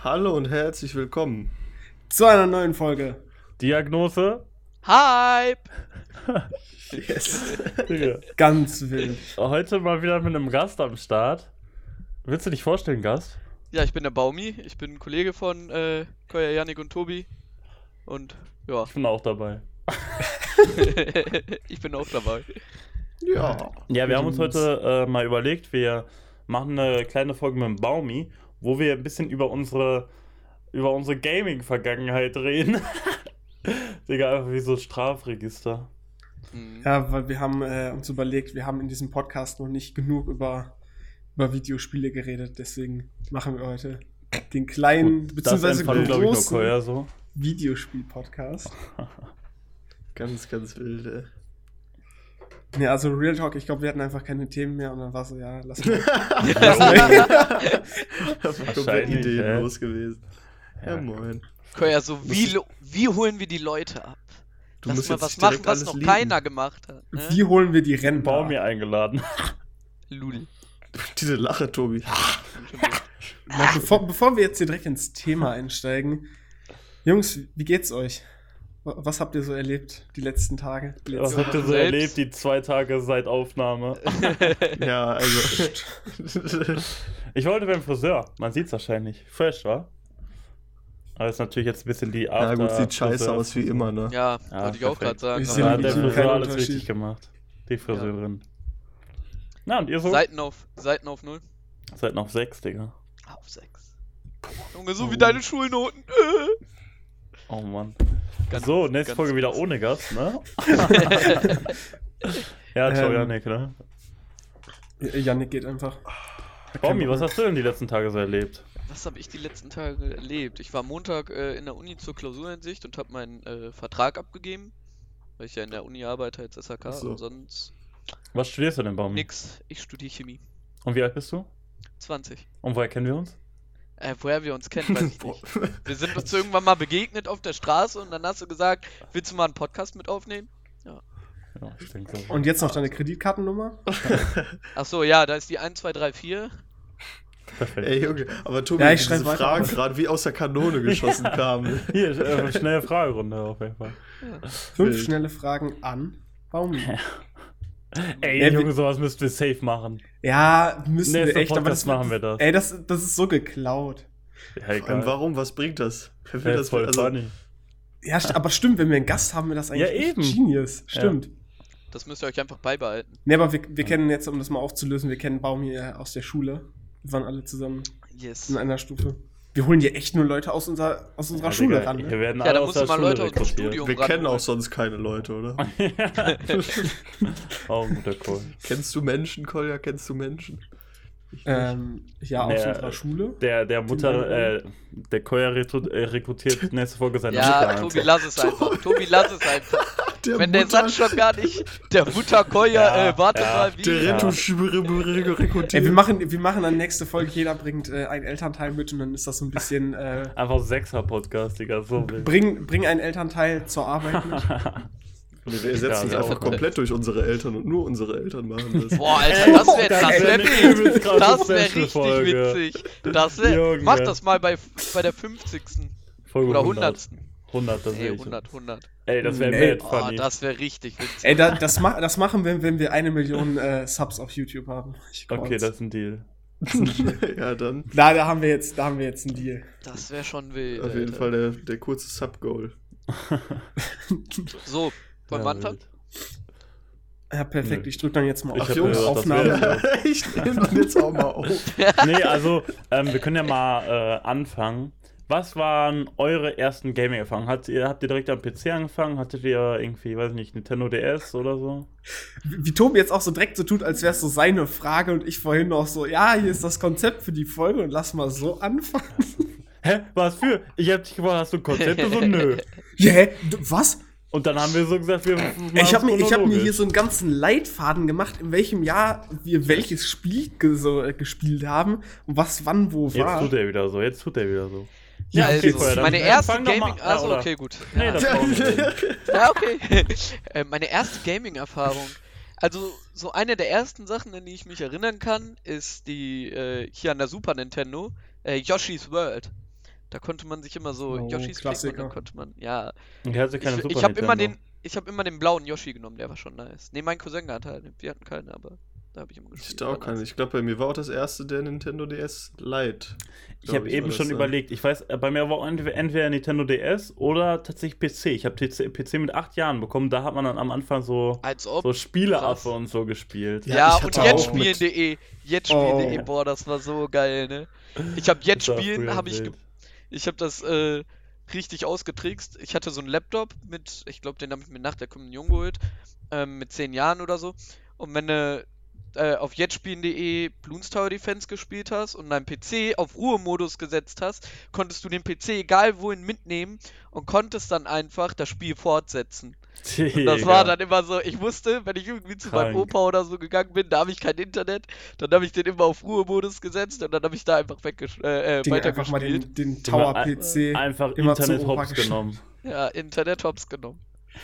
Hallo und herzlich willkommen zu einer neuen Folge. Diagnose? Hype! Yes. Ganz wild. Heute mal wieder mit einem Gast am Start. Willst du dich vorstellen, Gast? Ja, ich bin der Baumi. Ich bin ein Kollege von Koya, Yannick und Tobi. Und ja, Ich bin auch dabei. ich bin auch dabei. Ja. Ja, wir haben uns heute mal überlegt, wir machen eine kleine Folge mit dem Baumi, wo wir ein bisschen über unsere Gaming-Vergangenheit reden. Digga, einfach wie so Strafregister. Ja, weil wir haben uns überlegt, wir haben in diesem Podcast noch nicht genug über Videospiele geredet, deswegen machen wir heute den kleinen, beziehungsweise glaube ich, nur großen Koya so. Videospiel-Podcast. Ganz, ganz wild, ey. Ja, also Real Talk, ich glaube, wir hatten einfach keine Themen mehr und dann war so, ja, lass mal. Das war komplett Wahrscheinlich, ideenlos gewesen. Ja, Ja. moin. Koya, so wie holen wir die Leute ab? Du Lass musst mal jetzt was direkt machen, was alles noch lieben. keiner gemacht hat. Ne? Wie holen wir die Rennen? Baumi eingeladen. Lul. Diese Lache, Tobi. Na, bevor wir jetzt hier direkt ins Thema einsteigen, Jungs, wie geht's euch? Was habt ihr so erlebt die letzten Tage? Was habt ihr so Selbst? erlebt, die 2 Tage seit Aufnahme? Ja, also. Ich wollte beim Friseur. Man sieht's wahrscheinlich. Fresh, wa? Aber ist natürlich jetzt ein bisschen die Ja, gut, sieht scheiße Friseur. aus wie immer, ne? Ja, Ja, wollte ich auch gerade perfekt. sagen. Ich Da sehe hat der definitiv Friseur keinen alles Unterschied. richtig gemacht. Die Friseurin. Na, und ihr so? Seiten auf 0. Seid noch 6, Digga. Auf 6. Junge, so Oh. wie deine Schulnoten. Oh Mann. Ganz- So, nächste ganz Folge wieder krass. ohne Gast, ne? Ja, ciao, Janik, ne? Yannick geht einfach. Baumi, was hast du denn die letzten Tage so erlebt? Was habe ich die letzten Tage erlebt? Ich war Montag in der Uni zur Klausureinsicht und habe meinen Vertrag abgegeben, weil ich ja in der Uni arbeite als SHK Ach so. und sonst Was studierst du denn, Baumi? nix. Ich studiere Chemie. Und wie alt bist du? 20. Und woher kennen wir uns? Woher wir uns kennen, weiß ich nicht. Wir sind uns irgendwann mal begegnet auf der Straße und dann hast du gesagt, willst du mal einen Podcast mit aufnehmen? Ja, ich denke so. Und jetzt noch deine Kreditkartennummer? Ach so, ja, da ist die 1234. Perfekt. Ey, Junge, aber Tobi, Ja, ja, ich diese schreib weiter Fragen auf. gerade wie aus der Kanone geschossen kamen. Hier, schnelle Fragerunde auf jeden Fall. 5 Wild. schnelle Fragen an Baumi. Ey, Ey, Junge, sowas müsst ihr safe machen. Ja, müssen wir Nächster echt, aber Podcast machen wir das. Ey, das ist so geklaut. Ja, Vor allem, warum? Was bringt das? Wer will Ja, das voll also, funny. Ja, aber stimmt, wenn wir einen Gast haben, wir das eigentlich Ja, echt eben. Genius. Stimmt. Das müsst ihr euch einfach beibehalten. Ne, aber wir kennen jetzt, um das mal aufzulösen, wir kennen Baumi aus der Schule. Wir waren alle zusammen Yes. in einer Stufe. Wir holen hier echt nur Leute aus unserer Ja, Schule Digga, ran. Hier Ne? werden Ja, alle da aus musst der du mal Schule Leute aus dem rekrutiert. Studium wir kennen ranholen. auch sonst keine Leute, oder? Auch ein guter Call. Kennst du Menschen, Kolja? Kennst du Menschen? Ich nicht. Ja, aus Nee, unserer Schule. Der Mutter, der Koya rekrutiert nächste Folge seine Ja, Mutter Tobi, einfach. lass es einfach. Tobi, lass es einfach. Der Wenn der Satz schon gar nicht. Der Mutterkoya, Ja, warte ja. mal, wie? Der Ja. rekrutiert. Ey, wir machen dann nächste Folge, jeder bringt einen Elternteil mit und dann ist das so ein bisschen Einfach 6er-Podcast, Digga, so wild. bring einen Elternteil zur Arbeit mit. Wir ersetzen es Ja, einfach auch. komplett durch unsere Eltern und nur unsere Eltern machen das. Boah, Alter, das wäre das wär eine witzig. übelst krasse Das wäre richtig Special-Folge. witzig. Das wär, Junge. mach das mal bei der 50. Folge Oder 100. 100. 100, das Ey, wäre ich. 100. Ey, das wäre Ey. mad Oh, funny. das wäre richtig witzig. Ey, das machen wir, wenn wir 1 Million Subs auf YouTube haben. Okay, das ist ein Deal. Ja, dann Da haben wir jetzt einen Deal. Das wäre schon wild. auf jeden Alter. Fall der kurze Sub-Goal. So, wollen wir Ja, anfangen? wild. Ja, perfekt. Nö. Ich drück dann jetzt mal Ich auf hab Jungs, gehört, das Aufnahme. wär- Ich nehme dann jetzt auch mal auf. Nee, also, wir können ja mal anfangen. Was waren eure ersten Gaming-Erfahrungen? Habt ihr direkt am PC angefangen? Hattet ihr irgendwie, weiß nicht, Nintendo DS oder so? Wie Tobi jetzt auch so direkt so tut, als wäre es so seine Frage und ich vorhin noch so, ja, hier ist das Konzept für die Folge und lass mal so anfangen. Hä? Was für? Ich hab dich gefragt, hast du ein Konzept? Du so, nö. Ja, hä? Was? Und dann haben wir so gesagt, wir Ich hab mir hier so einen ganzen Leitfaden gemacht, in welchem Jahr wir welches Spiel gespielt haben und was wann wo Jetzt war. tut er wieder so. Ja, okay, also, vorher, dann meine erste fang doch mal- Gaming... ja, Also, oder? okay, gut. Nee, Ja. das brauchen wir nicht. Ja, okay. Meine erste Gaming-Erfahrung. Also, so eine der ersten Sachen, an die ich mich erinnern kann, ist die hier an der Super Nintendo, Yoshi's World. Da konnte man sich immer so Oh, Yoshis klicken und Klassiker. dann konnte man, ja. Ich hatte keine Super Ich habe immer Nintendo. immer den blauen Yoshi genommen, der war schon nice. Ne, mein Cousin hatte einen, wir hatten keinen, aber da habe ich immer Ich gespielt. hatte auch war keine. nice. Ich glaube, bei mir war auch das erste der Nintendo DS Lite. Ich habe eben schon überlegt, ich weiß, bei mir war auch entweder Nintendo DS oder tatsächlich PC. Ich habe PC mit 8 Jahren bekommen, da hat man dann am Anfang so Als ob. Spieleaffe krass. und so gespielt. Ja, Ja, ich und hatte auch Jetspielen.de, Jetspielen.de, Oh. boah, das war so geil, ne? Ich habe Jetspielen, früher habe ich, wild. ich habe das richtig ausgetrickst. Ich hatte so einen Laptop mit, ich glaube, den habe ich mir nach der Kommunion geholt, mit 10 Jahren oder so. Und wenn du auf jetspielen.de Bloons Tower Defense gespielt hast und deinen PC auf Ruhemodus gesetzt hast, konntest du den PC egal wohin mitnehmen und konntest dann einfach das Spiel fortsetzen. Und das war dann immer so, ich wusste, wenn ich irgendwie zu meinem Krank. Opa oder so gegangen bin, da habe ich kein Internet, dann habe ich den immer auf Ruhemodus gesetzt und dann habe ich da einfach Ding, einfach mal weitergespielt. den Tower-PC einfach immer zu Internet Opa hops geschickt. genommen. Ja, Internet-Hops genommen.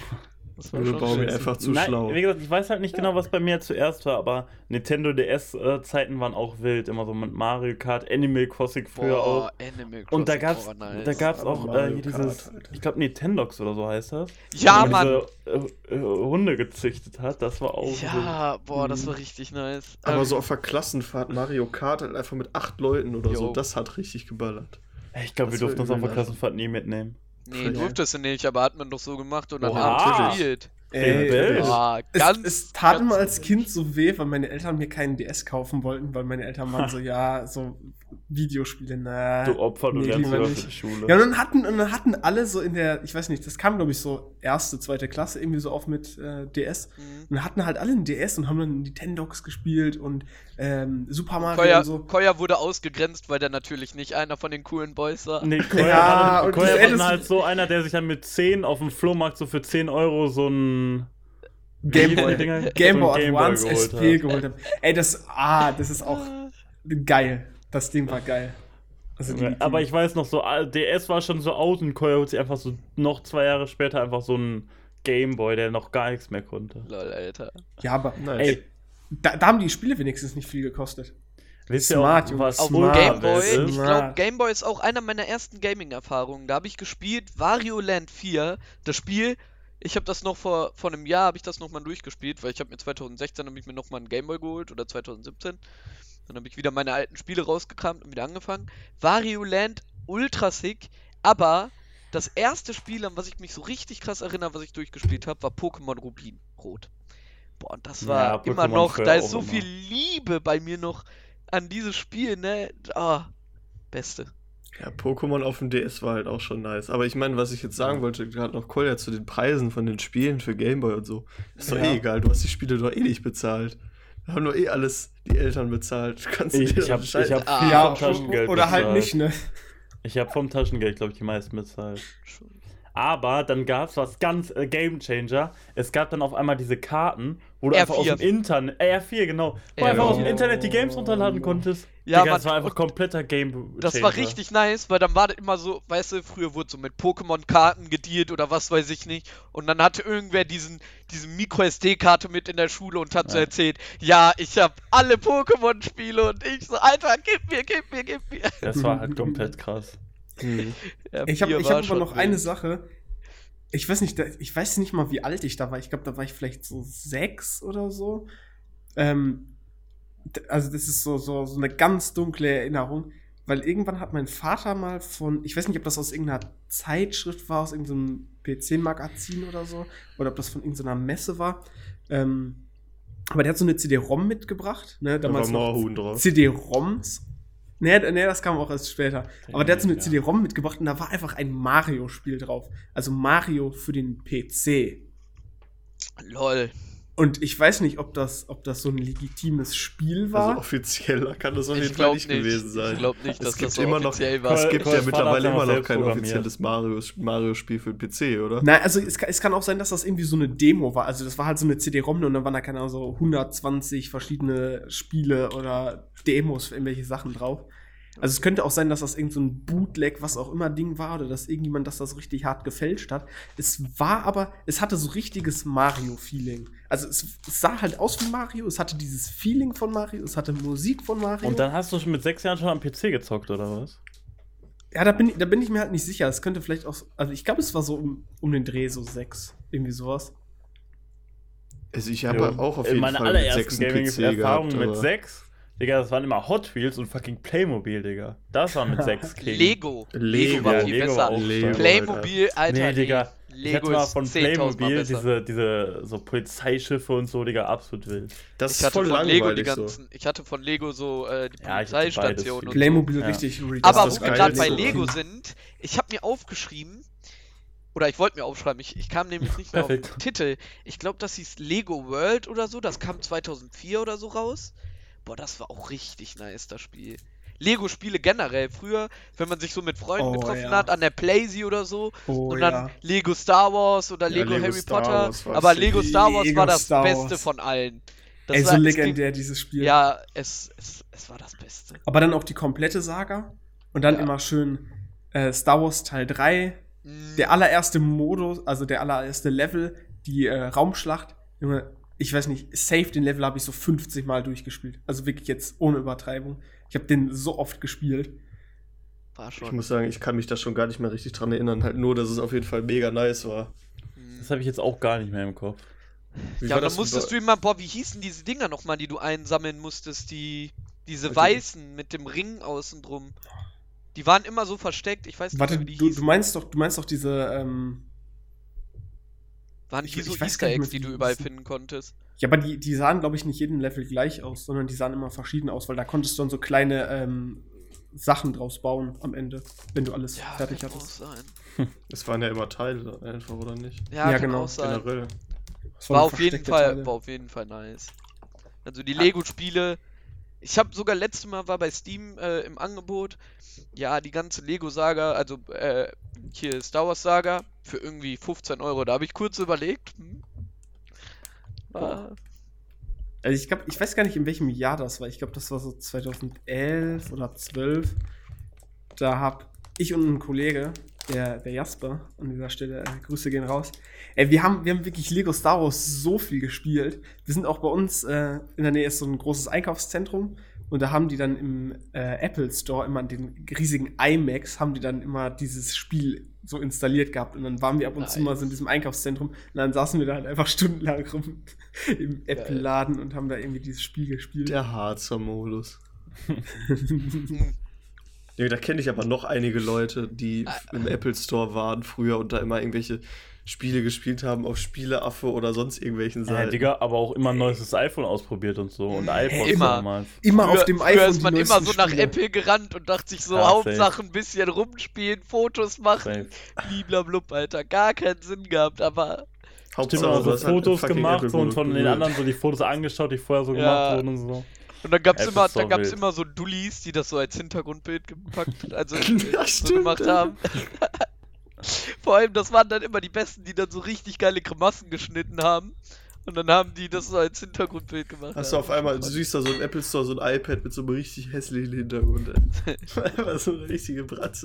Das war Wir schon bauen mir scheiße. einfach zu Nein, schlau. wie gesagt, ich weiß halt nicht genau, was bei mir zuerst war, aber Nintendo DS-Zeiten waren auch wild. Immer so mit Mario Kart, Animal Crossing früher auch. Animal Crossing, Und da gab's, nice. da gab's Aber auch Mario hier dieses, Kart halt. ich glaube Nintendox oder so heißt das. Ja, Wo man Mann! diese Hunde gezüchtet hat, das war auch Ja, boah, das Mhm. war richtig nice. Aber so auf der Klassenfahrt Mario Kart halt einfach mit 8 Leuten oder so, Jo. das hat richtig geballert. wild. Ich glaube, wir Das war durften uns auf der übel, Klassenfahrt nie mitnehmen. Nee, Ja. durftest du nicht, aber hat man doch so gemacht und dann Oha. haben wir gespielt. Rebell. Boah, Es tat ganz immer als wild. Kind so weh, weil meine Eltern mir keinen DS kaufen wollten, weil meine Eltern waren so, ja, so Videospiele, na. Du Opfer, du nee, lernst lieber sogar nicht. für die Schule. Ja, und dann hatten alle so in der, ich weiß nicht, das kam, glaube ich, so erste, zweite Klasse irgendwie so auf mit DS. Mhm. Und dann hatten halt alle einen DS und haben dann Nintendox gespielt und Super Mario und so. Koya wurde ausgegrenzt, weil der natürlich nicht einer von den coolen Boys war. Nee, Ja, und Koya das war dann Älteste- halt so einer, der sich dann mit 10 auf dem Flohmarkt so für 10 Euro so ein Game Wie hießen Boy, die Dinger? Game So ein Boy Game Boy Advance geholt SP hat. geholt habe. Ey, das ist auch geil. Das Ding war geil. Also Aber ich weiß noch so, DS war schon so out und Koya holt sich einfach so noch 2 Jahre später einfach so ein Gameboy, der noch gar nichts mehr konnte. Lol, Alter. Ja, aber Nice. ey, da haben die Spiele wenigstens nicht viel gekostet. Wisst Smart, ihr Junge, auch, was smart. Gameboy, ist? ich Smart. glaube, Gameboy ist auch einer meiner ersten Gaming-Erfahrungen. Da habe ich gespielt Wario Land 4. Das Spiel, ich habe das noch vor einem Jahr, habe ich das nochmal durchgespielt, weil ich habe mir 2016 habe ich mir nochmal einen Gameboy geholt oder 2017. Dann habe ich wieder meine alten Spiele rausgekramt und wieder angefangen. Wario Land, ultra sick, aber das erste Spiel, an was ich mich so richtig krass erinnere, was ich durchgespielt habe, war Pokémon Rubin Rot. Boah, und das war Ja, immer Pokémon noch, früher da ist auch so immer. viel Liebe bei mir noch an dieses Spiel, ne? Ah, beste. Ja, Pokémon auf dem DS war halt auch schon nice. Aber ich meine, was ich jetzt sagen wollte, gerade noch Kolja zu den Preisen von den Spielen für Gameboy und so. Ist doch Ja. eh egal, du hast die Spiele doch eh nicht bezahlt. Wir haben doch eh alles die Eltern bezahlt. Du kannst Ich dir hab doch Scheiße- viel Ah, Ja, vom Taschengeld oder halt bezahlt. nicht, ne? Ich habe vom Taschengeld, glaube ich, die meisten bezahlt. Aber dann gab es was ganz Game Changer. Es gab dann auf einmal diese Karten, wo du einfach aus R4. dem Internet, R4 genau, wo du R4. einfach aus dem Internet die Games runterladen konntest. Ja, Digga, das Mann, war einfach und kompletter Game Changer. Das war richtig nice, weil dann war das immer so, weißt du, früher wurde so mit Pokémon-Karten gedealt oder was weiß ich nicht. Und dann hatte irgendwer diese Micro-SD-Karte mit in der Schule und hat so Ja. erzählt, ja, ich hab alle Pokémon-Spiele und ich so, Alter, gib mir. Das war halt komplett krass. Hm. Ja, Ich habe 4 ich war hab aber schon noch wild. eine Sache. Ich weiß nicht mal, wie alt ich da war. Ich glaube, da war ich vielleicht so 6 oder so. Also das ist so eine ganz dunkle Erinnerung, weil irgendwann hat mein Vater mal ich weiß nicht, ob das aus irgendeiner Zeitschrift war, aus irgendeinem PC-Magazin oder so, oder ob das von irgendeiner Messe war. Aber der hat so eine CD-ROM mitgebracht, ne? Da war Damals noch Moorhuhn drauf. CD-ROMs. Nee, das kam auch erst später. Aber der hat so eine Ja. CD-ROM mitgebracht und da war einfach ein Mario-Spiel drauf. Also Mario für den PC. Lol. Und ich weiß nicht, ob das so ein legitimes Spiel war. Also offizieller kann das auf Ich jeden Fall glaub nicht nicht. gewesen sein. Ich glaub nicht, dass es gibt das so immer noch, offiziell war. es gibt Cole's ja Vater mittlerweile hat immer einfach noch selbst kein programmiert. offizielles Mario-Spiel für den PC, oder? Nein, also es kann auch sein, dass das irgendwie so eine Demo war. Also das war halt so eine CD-ROM und dann waren da keine Ahnung, so 120 verschiedene Spiele oder Demos für irgendwelche Sachen drauf. Also es könnte auch sein, dass das irgend so ein Bootleg, was auch immer Ding war, oder dass irgendjemand das richtig hart gefälscht hat. Es hatte so richtiges Mario-Feeling. Also es sah halt aus wie Mario, es hatte dieses Feeling von Mario, es hatte Musik von Mario. Und dann hast du schon mit 6 Jahren schon am PC gezockt, oder was? Ja, da bin ich mir halt nicht sicher. Es könnte vielleicht auch, also ich glaube, es war so um den Dreh so 6, irgendwie sowas. Also ich habe auch auf jeden meine Fall mit 6 allerersten einen PC Gaming-Erfahrungen gehabt, mit 6, Digga, das waren immer Hot Wheels und fucking Playmobil, Digga. Das war mit 6 King. Lego. Lego war war- viel Lego besser. war auch Lego, Playmobil, Alter. Nee, Digga. Ich Lego hatte mal ist von 10.000 Mal Playmobil besser. diese so Polizeischiffe und so, Digga, absolut wild. Das Ich ist hatte voll von Lego die langweilig so. ganzen, ich hatte von Lego so die Ja, ich hatte Polizeistation beides. und Playmobil Ja. richtig. Aber das wo wir Geilste. gerade bei Lego sind, ich habe mir aufgeschrieben, oder ich wollte mir aufschreiben, ich kam nämlich nicht mehr auf den Perfekt. Titel. Ich glaube, das hieß Lego World oder so, das kam 2004 oder so raus. Boah, das war auch richtig nice, das Spiel. Lego-Spiele generell. Früher, wenn man sich so mit Freunden Oh, getroffen ja. hat, an der Playsee oder so, Oh, und dann ja. Lego Star Wars oder Ja, Lego Lego Harry Star Potter. Wars war Aber sick. Lego Star Wars Lego war das Star Beste Wars. von allen. Das Ey, so war- es legendär, dieses Spiel. ging- Ja, es war das Beste. Aber dann auch die komplette Saga. Und dann Ja. immer schön Star Wars Teil 3. Der allererste Modus, also der allererste Level, die Raumschlacht. Junge, ich weiß nicht, safe den Level habe ich so 50 Mal durchgespielt. Also wirklich jetzt ohne Übertreibung. Ich habe den so oft gespielt. War Ich schon. muss sagen, ich kann mich da schon gar nicht mehr richtig dran erinnern. Halt nur, dass es auf jeden Fall mega nice war. Das habe ich jetzt auch gar nicht mehr im Kopf. Wie Ja, war aber dann das musstest du über- immer, boah, wie hießen diese Dinger nochmal, die du einsammeln musstest, diese Die- weißen mit dem Ring außen drum. Die waren immer so versteckt, ich weiß nicht, Warte, wie die du hießen. meinst doch diese, Waren ich- die so ich weiß Easter gar nicht Eggs, mehr, die wie du die überall hießen. finden konntest? ja, aber die sahen, glaube ich, nicht jeden Level gleich aus, sondern die sahen immer verschieden aus, weil da konntest du dann so kleine Sachen draus bauen am Ende, wenn du alles fertig kann auch hattest. sein. Es waren ja immer Teile einfach, oder nicht? Ja, Ja, kann genau, auch sein. Generell. Das War waren auf jeden versteckte Fall, Teile. war auf jeden Fall nice. Also die Lego-Spiele, ich habe sogar letztes Mal war bei Steam im Angebot, ja, die ganze Lego-Saga, also hier Star Wars-Saga, für irgendwie 15 Euro. Da habe ich kurz überlegt. War, Also ich weiß gar nicht, in welchem Jahr das war. Ich glaube, das war so 2011 oder 12. Da hab ich und ein Kollege, der Jasper, an dieser Stelle, Grüße gehen raus. Wir haben wirklich Lego Star Wars so viel gespielt. Wir sind auch bei uns in der Nähe ist so ein großes Einkaufszentrum. Und da haben die dann im Apple Store immer den riesigen iMacs, haben die dann immer dieses Spiel so installiert gehabt. Und dann waren wir ab und zu mal so in diesem Einkaufszentrum. Und dann saßen wir da halt einfach stundenlang rum im Apple-Laden und haben da irgendwie dieses Spiel gespielt. Der Harzer-Modus. Ja, da kenne ich aber noch einige Leute, die im Apple Store waren früher und da immer irgendwelche Spiele gespielt haben auf Spieleaffe oder sonst irgendwelchen Ja, Seiten. Digga, aber auch immer ein neues iPhone ausprobiert und so. Und iPods immer. damals. Immer auf dem früher iPhone ist man die immer neuesten so nach Spiele. Apple gerannt und dachte sich so, Ja, Hauptsache ein bisschen rumspielen, Fotos machen, bliblablub, Alter. Gar keinen Sinn gehabt, aber Stimmt, aber du so hast halt Fotos fucking gemacht Apple so, und von den berührt. anderen so die Fotos angeschaut, die vorher so Ja. gemacht wurden und so. und dann gab's Apple immer, Store dann gab's wild. immer so Dullis, die das so als Hintergrundbild gepackt, also Ja, so stimmt, gemacht ja. haben. Vor allem, das waren dann immer die Besten, die dann so richtig geile Grimassen geschnitten haben. Und dann haben die das so als Hintergrundbild gemacht. Hast du auf einmal, du siehst da so im Apple Store so ein iPad mit so einem richtig hässlichen Hintergrund. Ey. Einfach so eine richtige Bratze.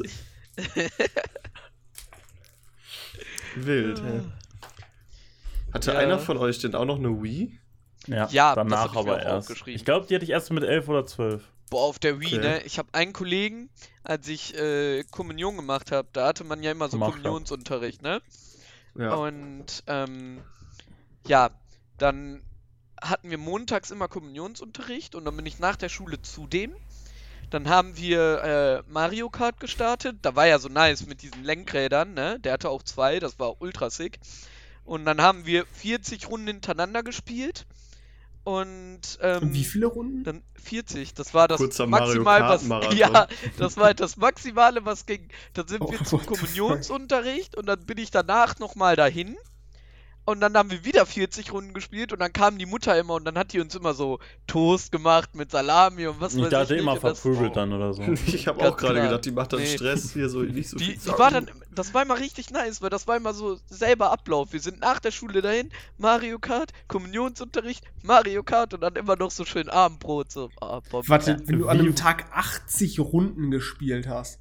Wild, hä? Hatte Ja. einer von euch denn auch noch eine Wii? Ja, Ja, das danach hab ich mir aber auch erst. aufgeschrieben. Ich glaube, die hatte ich erst mit 11 oder 12. Boah, auf der Wii, Okay. ne? Ich habe einen Kollegen, als ich Kommunion gemacht habe, da hatte man ja immer so Gemacht hab. Kommunionsunterricht, ne? Ja. Und ja, dann hatten wir montags immer Kommunionsunterricht und dann bin ich nach der Schule zu dem. Dann haben wir Mario Kart gestartet. Da war ja so nice mit diesen Lenkrädern, ne? Der hatte auch 2, das war ultra sick. Und dann haben wir 40 Runden hintereinander gespielt. Und Und wie viele Runden? dann 40, das war das Kurzer Mario maximal, Kart was Marathon. ja, das war das Maximale, was ging. Dann sind wir Oh, zum what the fuck? Kommunionsunterricht und dann bin ich danach nochmal dahin. Und dann haben wir wieder 40 Runden gespielt und dann kam die Mutter immer und dann hat die uns immer so Toast gemacht mit Salami und was Ich weiß dachte ich immer nicht. Und das- verprügelt dann oder so. Ich habe Ganz auch gerade klar. gedacht, die macht dann Nee. Stress hier so nicht so Die viel war dann, das war immer richtig nice, weil das war immer so selber Ablauf. Wir sind nach der Schule dahin, Mario Kart, Kommunionsunterricht, Mario Kart und dann immer noch so schön Abendbrot. So, boah, Warte, wenn du an einem Wie- Tag 80 Runden gespielt hast.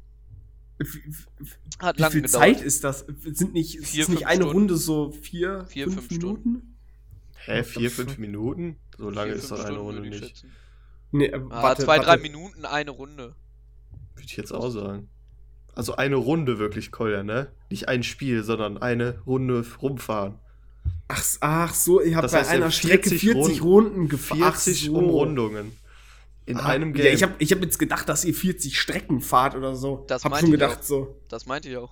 hat Wie lange viel gedauert. Zeit ist das? Ist 4, nicht 5 eine Stunden. Runde so 4, 5 5 Minuten? Hä, 4-5 Minuten? So lange 4, ist 5 doch eine Stunden, Runde würde ich nicht. schätzen. Nee, Ah, 2, 3 Minuten, eine Runde. Würde ich jetzt auch sagen. Also eine Runde wirklich, Kolja, ne? Nicht ein Spiel, sondern eine Runde rumfahren. Ach so, ihr habt Das bei heißt ja einer Strecke 40 Runden gefahren. 40 Umrundungen. In einem Game. Ja, ich hab jetzt gedacht, dass ihr 40 Strecken fahrt oder so. Das hab meinte schon ich gedacht auch. so. Das meinte ich auch.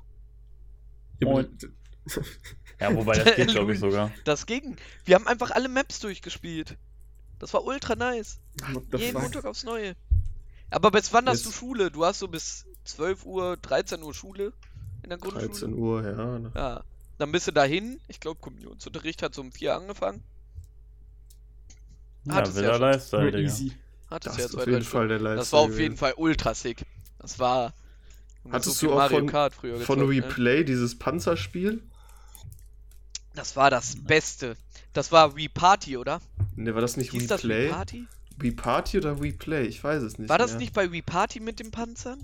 Ja, wobei das geht, glaube ich, sogar. Das ging. Wir haben einfach alle Maps durchgespielt. Das war ultra nice. What the Jeden fuck? Montag aufs Neue. Aber bis wann hast du Jetzt- Schule? Du hast so bis 12 Uhr, 13 Uhr Schule in der Grundschule? 13 Uhr, ja. Ja. Dann bist du dahin. Ich glaube, Kommunionsunterricht hat so um 4 angefangen. Ja, Hattest wieder schon. Lifestyle, Nur Digga. easy. Hattest Das ja ist 2, auf 3 jeden Fall der Stunden. Lifestyle. Das war auf jeden gewesen. Fall ultra sick. Das war. Hattest viel du auch Mario von, Kart früher von gezockt, ne? Replay dieses Panzerspiel? Das war das Beste. Das war Wii Party, oder? Ne, war das nicht Hieß das Wii Replay? Party? Wii Party oder Wii Play? Ich weiß es nicht War das mehr. nicht bei Wii Party mit den Panzern?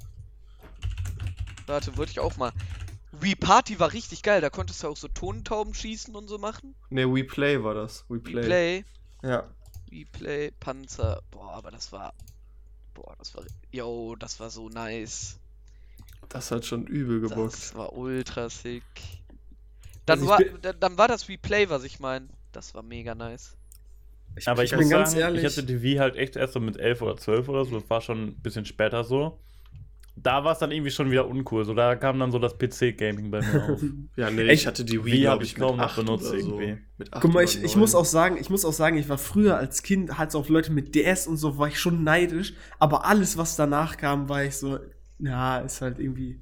Warte, würde ich auch mal. Wii Party war richtig geil, da konntest du auch so Tontauben schießen und so machen. Ne, Wii Play war das. Wii Wii Play. Play, Ja. Wii Play, Panzer. Boah, aber das war. Yo, das war so nice. Das hat schon übel gebockt. Das war ultra sick. Dann Also ich war, bin- dann war das Wii Play, was ich meine. Das war mega nice. Aber ich bin muss ganz sagen, ehrlich. ich hatte die Wii halt echt erst so mit 11 oder 12 oder so, das war schon ein bisschen später so. Da war es dann irgendwie schon wieder uncool, so da kam dann so das PC-Gaming bei mir auf. Ja, ne, Echt? ich hatte die Wii Wii, hab glaube ich ich, kaum mit noch 8 benutzt oder so. irgendwie. Mit 8 Guck mal, oder ich 9. muss auch sagen, ich war früher als Kind halt so auf Leute mit DS und so, war ich schon neidisch, aber alles, was danach kam, war ich so, ja, ist halt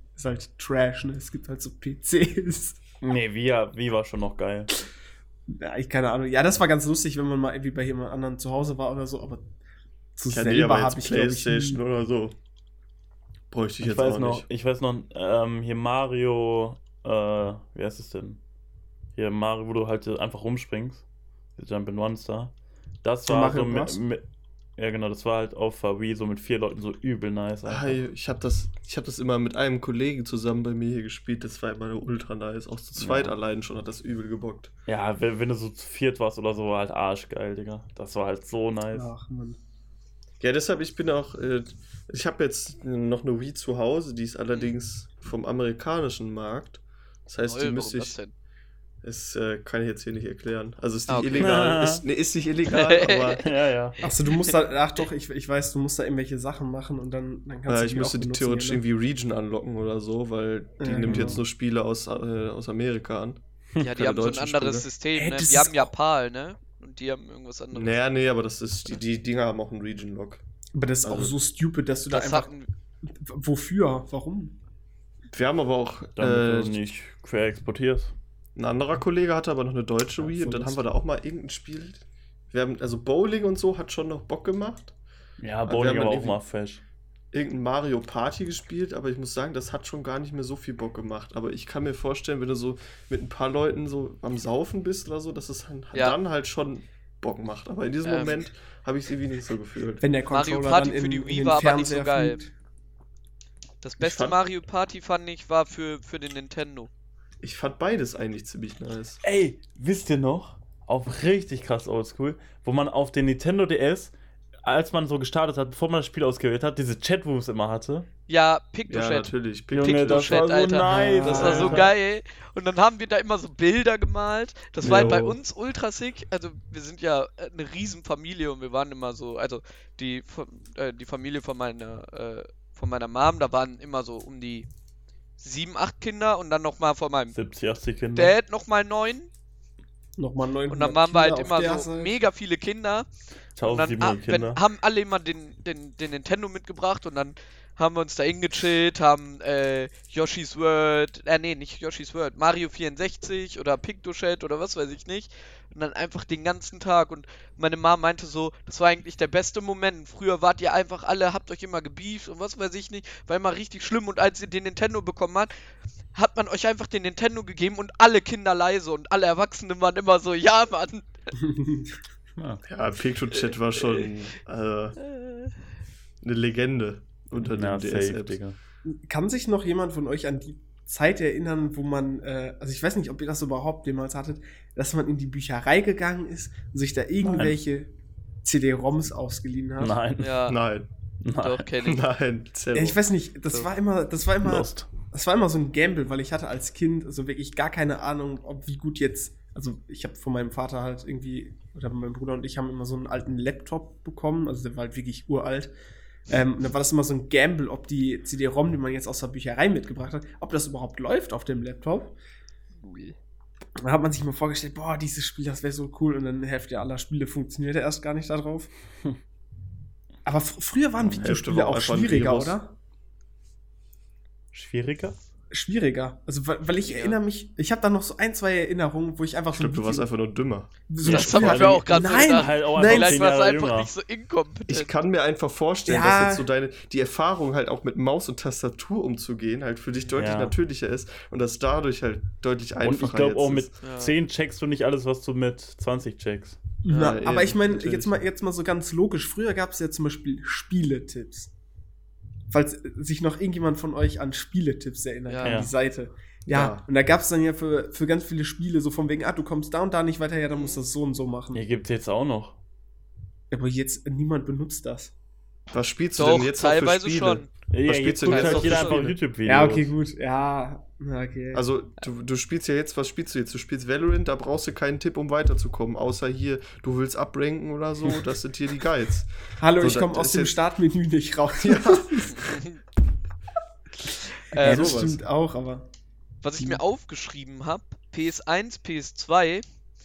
Trash, ne? Es gibt halt so PCs. Nee, Wii war schon noch geil. Ja, ich keine Ahnung. Ja, das war ganz lustig, wenn man mal irgendwie bei jemand anderem zu Hause war oder so, aber zu Ja, nee, selber aber habe jetzt ich, glaube ich, Playstation oder so. Bräuchte ich jetzt auch nicht. Ich weiß noch, hier Mario, wie heißt es denn? Hier Mario, wo du halt einfach rumspringst. Die Jump-and-Runs da. Das war Mario so Bros? ja genau, das war halt auf der Wii so mit 4 Leuten so übel nice. Einfach. Hey, ich hab das immer mit einem Kollegen zusammen bei mir hier gespielt. Das war immer ultra nice. Auch zu zweit Ja. allein schon hat das übel gebockt. Ja, wenn du so zu viert warst oder so, war halt arschgeil, Digga. Das war halt so nice. Ach, Mann. Ja, deshalb, ich bin auch, ich habe jetzt noch eine Wii zu Hause, die ist allerdings vom amerikanischen Markt. Das heißt, die Warum müsste das ich, denn? das kann ich jetzt hier nicht erklären. Also ist nicht Okay. illegal, ist nicht illegal, aber Ja. Achso, du musst da, ach doch, ich weiß, du musst da irgendwelche Sachen machen und dann kannst du ich die müsste auch die benutzen, theoretisch ja, ne? irgendwie Region anlocken oder so, weil die Ja, nimmt genau. jetzt nur Spiele aus Amerika an. Ja, die Keine haben so ein deutschen anderes Spiele. System, ne? Das Wir ist haben ja auch- PAL, ne? Und die haben irgendwas anderes. Naja, nee, aber das ist, die Dinger haben auch einen Region-Lock. Aber das ist auch Also- so stupid, dass du da Das einfach. hatten, Wofür? Warum? Wir haben aber auch, Damit du nicht quer exportierst. ein anderer Kollege hatte aber noch eine deutsche Ach Wii so, und dann das- haben wir da auch mal irgendein Spiel. Wir haben, also Bowling und so hat schon noch Bock gemacht. Ja, wir Bowling haben war dann auch irgendwie- mal fesch. Irgendein Mario Party gespielt, aber ich muss sagen, das hat schon gar nicht mehr so viel Bock gemacht. Aber ich kann mir vorstellen, wenn du so mit ein paar Leuten so am Saufen bist oder so, dass es Ja. dann halt schon Bock macht. Aber in diesem Moment habe ich es irgendwie nicht so gefühlt. Wenn der Mario Controller Party dann für in, die in Wii den war aber nicht so Fernseher geil. fliegt. das beste fand- Mario Party fand ich war für den Nintendo. Ich fand beides eigentlich ziemlich nice. Ey, wisst ihr noch? Auf richtig krass oldschool, wo man auf den Nintendo DS, als man so gestartet hat, bevor man das Spiel ausgewählt hat, diese Chatrooms immer hatte. Ja, Ja, Pictochat. natürlich. Junge, das war so Alter. nice. Das war so Alter. geil. Und dann haben wir da immer so Bilder gemalt. Das war halt bei Jo. uns ultra sick. Also wir sind ja eine riesen Familie und wir waren immer so, also die Familie von meiner Mom, da waren immer so um die 7, 8 Kinder und dann nochmal von meinem 70, 80 Kinder. Dad nochmal 9. Nochmal 900 Und dann waren wir halt Kinder auf immer der so Seite. mega viele Kinder. Und dann 1700 Kinder. haben alle immer den Nintendo mitgebracht und dann haben wir uns da hingechillt, haben Yoshi's World, nicht Yoshi's World, Mario 64 oder Pictochat oder was weiß ich nicht. Und dann einfach den ganzen Tag. Und meine Mom meinte so, das war eigentlich der beste Moment. Früher wart ihr einfach alle, habt euch immer gebieft und was weiß ich nicht. War immer richtig schlimm. Und als ihr den Nintendo bekommen habt, hat man euch einfach den Nintendo gegeben und alle Kinder leise und alle Erwachsenen waren immer so, ja Mann. Ja. Ja, Pictochat war schon eine Legende unter Ja, den safe, DS-Apps. Digga. Kann sich noch jemand von euch an die Zeit erinnern, wo man, also ich weiß nicht, ob ihr das überhaupt jemals hattet, dass man in die Bücherei gegangen ist und sich da irgendwelche CD-ROMs ausgeliehen hat? Nein. Ja, Nein, doch, kenn ich. nein, Zero. Ja, ich weiß nicht, das So. war immer Lost. das war immer so ein Gamble, weil ich hatte als Kind so wirklich gar keine Ahnung, wie gut jetzt, also ich habe von meinem Vater halt irgendwie, oder mein Bruder und ich haben immer so einen alten Laptop bekommen, also der war halt wirklich uralt. Und dann war das immer so ein Gamble, ob die CD-ROM, die man jetzt aus der Bücherei mitgebracht hat, ob das überhaupt läuft auf dem Laptop. Da hat man sich mal vorgestellt, boah, dieses Spiel, das wäre so cool, und dann die Hälfte aller Spiele funktionierte erst gar nicht da drauf. Aber früher waren Videospiele auch schwieriger, oder? Schwieriger? Schwieriger. Also, weil ich erinnere mich, ich habe da noch so 1, 2 Erinnerungen, wo ich einfach Ich glaube, du warst einfach nur dümmer. so Das haben wir auch gerade so Nein, gedacht. halt auch nein, einfach Vielleicht 10 war es Jahre einfach jünger. nicht so inkompetent. Ich kann mir einfach vorstellen, Ja. dass jetzt so die Erfahrung halt auch mit Maus und Tastatur umzugehen halt für dich deutlich Ja. natürlicher ist und dass dadurch halt deutlich einfacher Und ich glaube auch mit ist. Ja. 10 checkst du nicht alles, was du mit 20 checkst. Na, Ja, aber eben, ich meine, natürlich. jetzt mal so ganz logisch. Früher gab es ja zum Beispiel Spieletipps. Falls sich noch irgendjemand von euch an Spieletipps erinnert, Ja. an Ja. die Seite. Ja, Ja. und da gab es dann ja für ganz viele Spiele so von wegen, du kommst da und da nicht weiter, ja, dann musst du das so und so machen. Hier gibt's jetzt auch noch. Aber jetzt, niemand benutzt das. Was spielst du Doch, denn jetzt noch für teilweise Spiele? schon. Ja, spielst jetzt du guckt denn halt jetzt jeder auf einfach Spiele? YouTube-Videos. Ja, okay, gut. Ja, okay. Also, du spielst ja jetzt, was spielst du jetzt? Du spielst Valorant, da brauchst du keinen Tipp, um weiterzukommen, außer hier, du willst abranken oder so, das sind hier die Guides. Hallo, so, ich komme das aus ist dem jetzt- Startmenü nicht raus. Ja. Ja, das sowas. stimmt auch, aber. Was ich mir aufgeschrieben habe, PS1, PS2,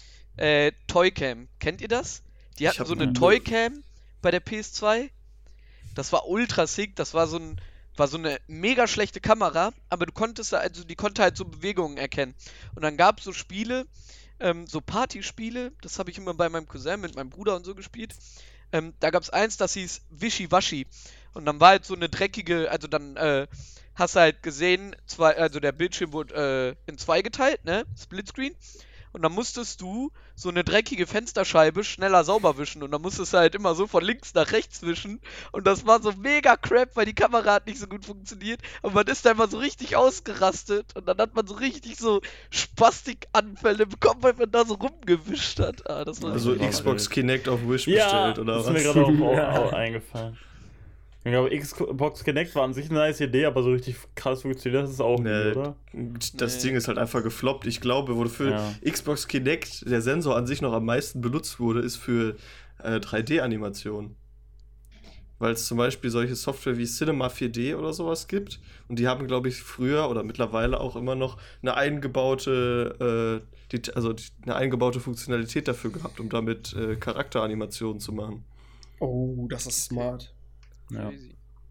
Toycam. Kennt ihr das? Die Ich hatten hab so eine null. Toycam bei der PS2. Das war ultra sick, das war so eine mega schlechte Kamera, aber die konnte halt so Bewegungen erkennen. Und dann gab es so Spiele, so Partyspiele, das habe ich immer bei meinem Cousin mit meinem Bruder und so gespielt. Da gab es eins, das hieß Wischiwaschi. Und dann war halt so eine dreckige, also dann hast du halt gesehen, also der Bildschirm wurde in 2 geteilt, ne? Splitscreen. Und dann musstest du so eine dreckige Fensterscheibe schneller sauber wischen. Und dann musstest du halt immer so von links nach rechts wischen. Und das war so mega crap, weil die Kamera hat nicht so gut funktioniert. Aber man ist da immer so richtig ausgerastet. Und dann hat man so richtig so Spastikanfälle bekommen, weil man da so rumgewischt hat. Ah, das war Also Ja, Xbox Kinect auf Wish Ja, bestellt, oder das ist mir was? gerade auch eingefallen. Ich glaube, Xbox Kinect war an sich eine nice Idee, aber so richtig krass funktioniert das ist auch Nee, nicht, oder? das Nee. Ding ist halt einfach gefloppt. Ich glaube, wofür Ja. Xbox Kinect der Sensor an sich noch am meisten benutzt wurde, ist für 3D-Animationen. Weil es zum Beispiel solche Software wie Cinema 4D oder sowas gibt. Und die haben, glaube ich, früher oder mittlerweile auch immer noch eine eingebaute, eine eingebaute Funktionalität dafür gehabt, um damit Charakteranimationen zu machen. Oh, das ist smart. Ja. crazy.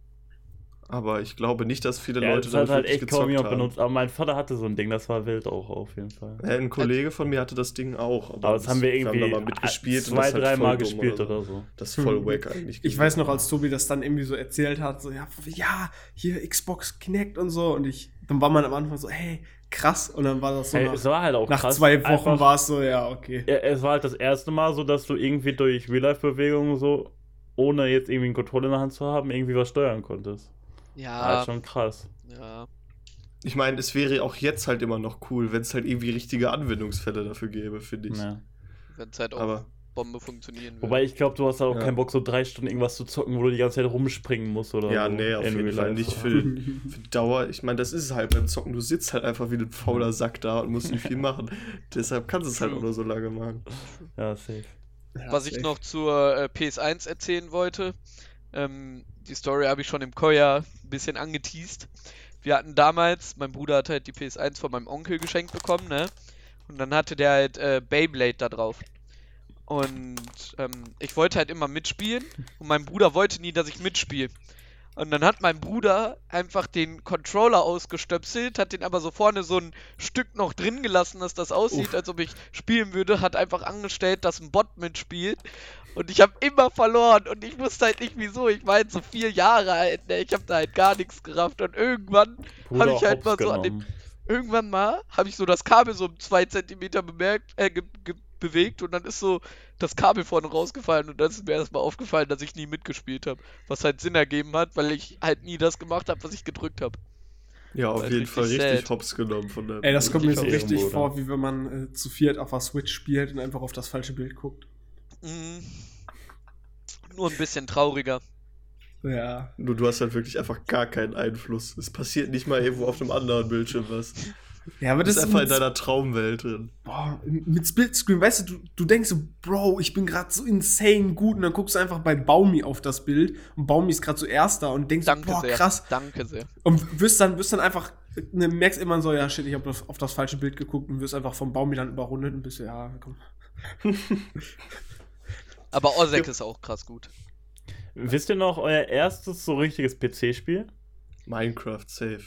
Aber ich glaube nicht, dass viele Ja, Leute das hat halt wirklich echt kaum jemand haben. benutzt. Aber mein Vater hatte so ein Ding, das war wild auch auf jeden Fall. Ein Kollege von mir hatte das Ding auch. Aber das haben wir irgendwie da mal mitgespielt und das 2, ist halt 3 voll Mal dumm gespielt oder so. Das ist voll wack eigentlich. Ich weiß noch, als Tobi das dann irgendwie so erzählt hat, so, ja, hier Xbox Kinect und so. Und dann war man am Anfang so, hey, krass. Und dann war das so, Hey, es war halt auch nach krass. 2 Wochen Einfach- war es so, ja, okay. Ja, es war halt das erste Mal so, dass du irgendwie durch Real-Life-Bewegungen so, ohne jetzt irgendwie einen Controller in der Hand zu haben, irgendwie was steuern konntest. War Ja, halt schon krass. ja. Ich meine, es wäre auch jetzt halt immer noch cool, wenn es halt irgendwie richtige Anwendungsfälle dafür gäbe, finde ich. Ja. Wenn es halt auch Aber Bombe funktionieren würde. Wobei ich glaube, du hast auch Ja. keinen Bock, so 3 Stunden irgendwas zu zocken, wo du die ganze Zeit rumspringen musst oder ja, so. nee, auf in jeden Real Fall Life. nicht für Dauer. Ich meine, das ist es halt beim Zocken. Du sitzt halt einfach wie ein fauler Sack da und musst nicht viel machen. Deshalb kannst du es halt auch nur so lange machen. Ja, safe. Ja, Was ich safe. noch zur PS1 erzählen wollte, die Story habe ich schon im Koya ein bisschen angeteased. Wir hatten damals, mein Bruder hat halt die PS1 von meinem Onkel geschenkt bekommen, ne? Und dann hatte der halt Beyblade da drauf. Und ich wollte halt immer mitspielen und mein Bruder wollte nie, dass ich mitspiele. Und dann hat mein Bruder einfach den Controller ausgestöpselt, hat den aber so vorne so ein Stück noch drin gelassen, dass das aussieht, als ob ich spielen würde, hat einfach angestellt, dass ein Bot mitspielt. Und ich habe immer verloren und ich wusste halt nicht wieso. Ich war halt so 4 Jahre alt, ne? Ich habe da halt gar nichts gerafft. Und irgendwann Bruder habe ich halt mal hops so an dem genommen. irgendwann mal habe ich so das Kabel so um 2 Zentimeter bewegt und dann ist so das Kabel vorne rausgefallen und dann ist mir erstmal aufgefallen, dass ich nie mitgespielt habe. Was halt Sinn ergeben hat, weil ich halt nie das gemacht habe, was ich gedrückt habe. Ja, auf Das ist jeden richtig Fall richtig sad. hops genommen von der. Ey, das kommt mir so Richtig richtig Ehrenbruder. vor, wie wenn man zu viert auf der Switch spielt und einfach auf das falsche Bild guckt. Mhm. Nur ein bisschen trauriger. Ja. Nur du hast halt wirklich einfach gar keinen Einfluss. Es passiert nicht mal irgendwo auf einem anderen Bildschirm was. Ja, aber Du bist das einfach in mit, deiner Traumwelt drin. mit Splitscreen, weißt du denkst so, Bro, ich bin gerade so insane gut und dann guckst du einfach bei Baumi auf das Bild und Baumi ist gerade so Erster und denkst so, Danke boah, sehr. krass. Danke sehr. Und wirst dann einfach, merkst immer so, ja, shit, ich hab auf das falsche Bild geguckt und wirst einfach vom Baumi dann überrundet und bist so, ja, komm. Aber Ozek ist auch krass gut. Wisst ihr noch euer erstes so richtiges PC-Spiel? Minecraft, safe.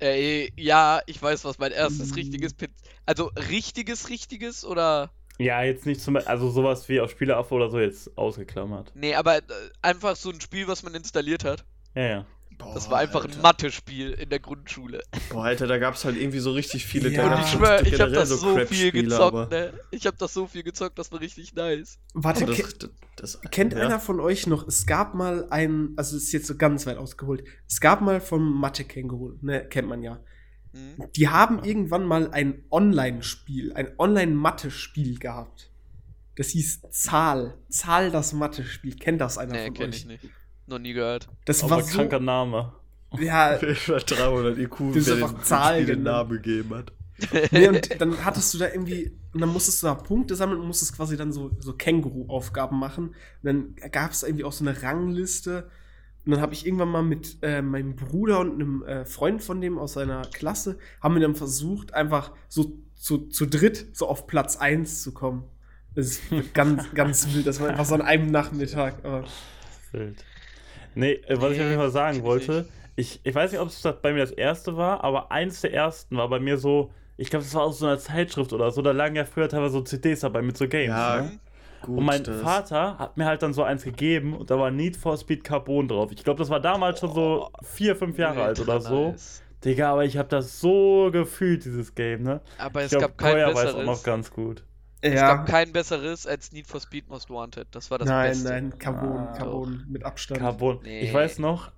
Ja, ich weiß, was mein erstes richtiges Also richtiges oder? Ja, jetzt nicht also sowas wie auf Spieleaffe oder so jetzt ausgeklammert. Nee, aber einfach so ein Spiel, was man installiert hat. Ja. Boah, Das war einfach ein Alter. Mathe-Spiel in der Grundschule. Boah, Alter, da gab's halt irgendwie so richtig viele. Ja. da Und gab's Ich so schwör, ich hab generell das so viel Crap-Spiele, gezockt, aber- ne? Ich hab das so viel gezockt, das war richtig nice. Warte, aber das kennt ja. einer von euch noch, es gab mal also es ist jetzt so ganz weit ausgeholt, es gab mal vom Mathe-Känguru, ne, kennt man ja. Mhm. Die haben irgendwann mal ein Online-Spiel, ein Online-Mathe-Spiel gehabt. Das hieß Zahl das Mathe-Spiel. Kennt das einer Nee, von kenn euch? ich nicht. Noch nie gehört. Das Aber war so, kranker Name. ja, Ich vertraue, dass IQ Das ist wer einfach dem Zahl, Spiel den genau. Namen gegeben hat. nee, und dann hattest du da irgendwie, und dann musstest du da Punkte sammeln und musstest quasi dann so Känguru-Aufgaben machen. Und dann gab es irgendwie auch so eine Rangliste. Und dann habe ich irgendwann mal mit meinem Bruder und einem Freund von dem aus seiner Klasse, haben wir dann versucht, einfach so zu dritt so auf Platz 1 zu kommen. Das ist ganz, ganz wild. Das war einfach so an einem Nachmittag. Aber Wild. Nee, was ich auf jeden Fall sagen wollte, ich weiß nicht, ob es bei mir das erste war, aber eins der ersten war bei mir so, ich glaube, das war aus so einer Zeitschrift oder so, da lagen ja früher teilweise so CDs dabei mit so Games. Ja, Ne? gut. Und mein das- Vater hat mir halt dann so eins gegeben und da war Need for Speed Carbon drauf. Ich glaube, das war damals schon so 4, 5 Jahre alt oder so. Nice. Digga, aber ich habe das so gefühlt, dieses Game, ne? Aber Ich es glaube, gab kein Koya weiß auch noch besseres. ganz gut. Es ja, gab kein besseres als Need for Speed Most Wanted. Das war das nein, Beste. nein, Carbon, Ah, Carbon mit Abstand. Carbon. Nee. Ich weiß noch,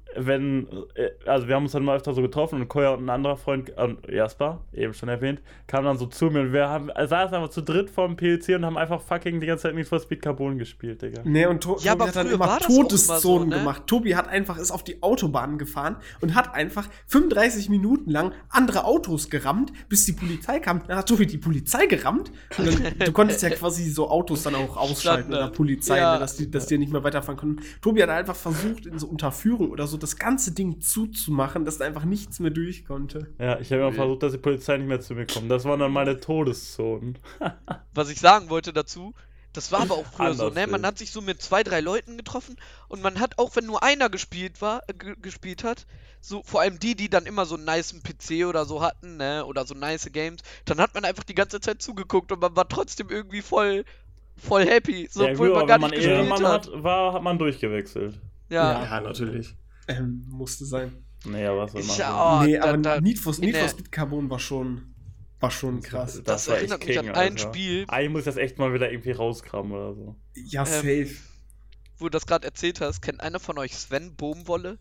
also wir haben uns dann mal öfter so getroffen und Koya und ein anderer Freund, Jasper, eben schon erwähnt, kam dann so zu mir und wir saßen einfach zu dritt vorm PC und haben einfach fucking die ganze Zeit Need for Speed Carbon gespielt, Digga. Nee, und Ja, Tobi aber hat dann früher immer war das auch immer Todeszonen so, ne? gemacht. Tobi ist auf die Autobahn gefahren und hat einfach 35 Minuten lang andere Autos gerammt, bis die Polizei kam. Dann hat Tobi die Polizei gerammt. Und dann, du konntest ja quasi so Autos dann auch ausschalten Standard. oder Polizei, Ja. ne, dass die nicht mehr weiterfahren konnten. Tobi hat einfach versucht, in so Unterführung oder so das ganze Ding zuzumachen, dass da einfach nichts mehr durch konnte. Ja, ich habe immer Nee. versucht, dass die Polizei nicht mehr zu mir kommt. Das waren dann meine Todeszonen. Was ich sagen wollte dazu, das war aber auch früher so, Anders ne? Man wild. hat sich so mit 2, 3 Leuten getroffen und man hat auch, wenn nur einer gespielt hat, so vor allem die dann immer so einen nicen PC oder so hatten, ne? Oder so nice Games, dann hat man einfach die ganze Zeit zugeguckt und man war trotzdem irgendwie voll happy, so, Ja, obwohl gut, man aber gar wenn man nicht gespielt Ehrenmann hat. hat man durchgewechselt. Ja. Ja, natürlich. Musste sein. Naja, was soll Ich, man oh, nee, da- aber da- Need for in der- Speed Carbon war schon krass. Das war erinnert echt mich an King, ein Alter. Spiel. Eigentlich muss ich das echt mal wieder irgendwie rauskramen oder so. Ja, safe. Wo du das gerade erzählt hast, kennt einer von euch Sven Bohmwolle?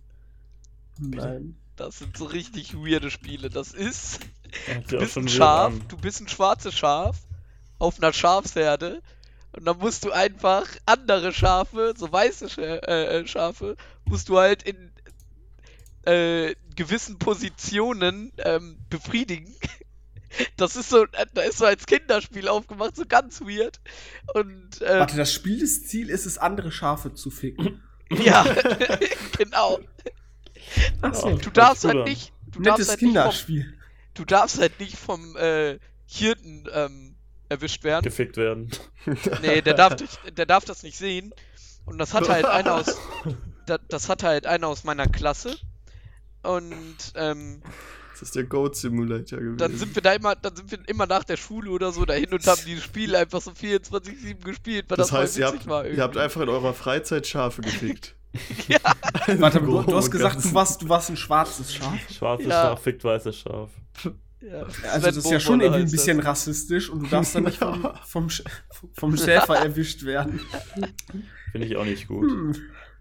Nein. Das sind so richtig weirde Spiele. Das ist, Hört sich du auch bist schon ein wild Schaf, an. du bist ein schwarzes Schaf auf einer Schafsherde und dann musst du einfach andere Schafe, so weiße Schafe, musst du halt in gewissen Positionen befriedigen. Das ist so, da ist so als Kinderspiel aufgemacht, so ganz weird. Und Warte, das Spielziel ist es, andere Schafe zu ficken. ja, genau. Achso. Du darfst gut halt an. nicht, du darfst Nettes halt nicht Kinderspiel. du darfst halt nicht vom Hirten erwischt werden. Gefickt werden. Nee, der darf das nicht sehen. Und das hat halt einer aus, das hat halt einer aus meiner Klasse. Und Das ist der Goat Simulator gewesen. dann sind wir immer nach der Schule oder so dahin und haben dieses Spiel einfach so 24/7 gespielt, weil das, Das heißt, voll ihr witzig war habt irgendwie. einfach in eurer Freizeit Schafe gefickt. Warte, du Grob hast und gesagt, ganz. du warst ein schwarzes Schaf. Schwarzes Ja. Schaf fickt weißes Schaf. Ja, Also das ist Sven ja schon Bohmwolle irgendwie ein heißt bisschen das. rassistisch und du darfst dann nicht vom Schäfer erwischt werden. Finde ich auch nicht gut. Hm.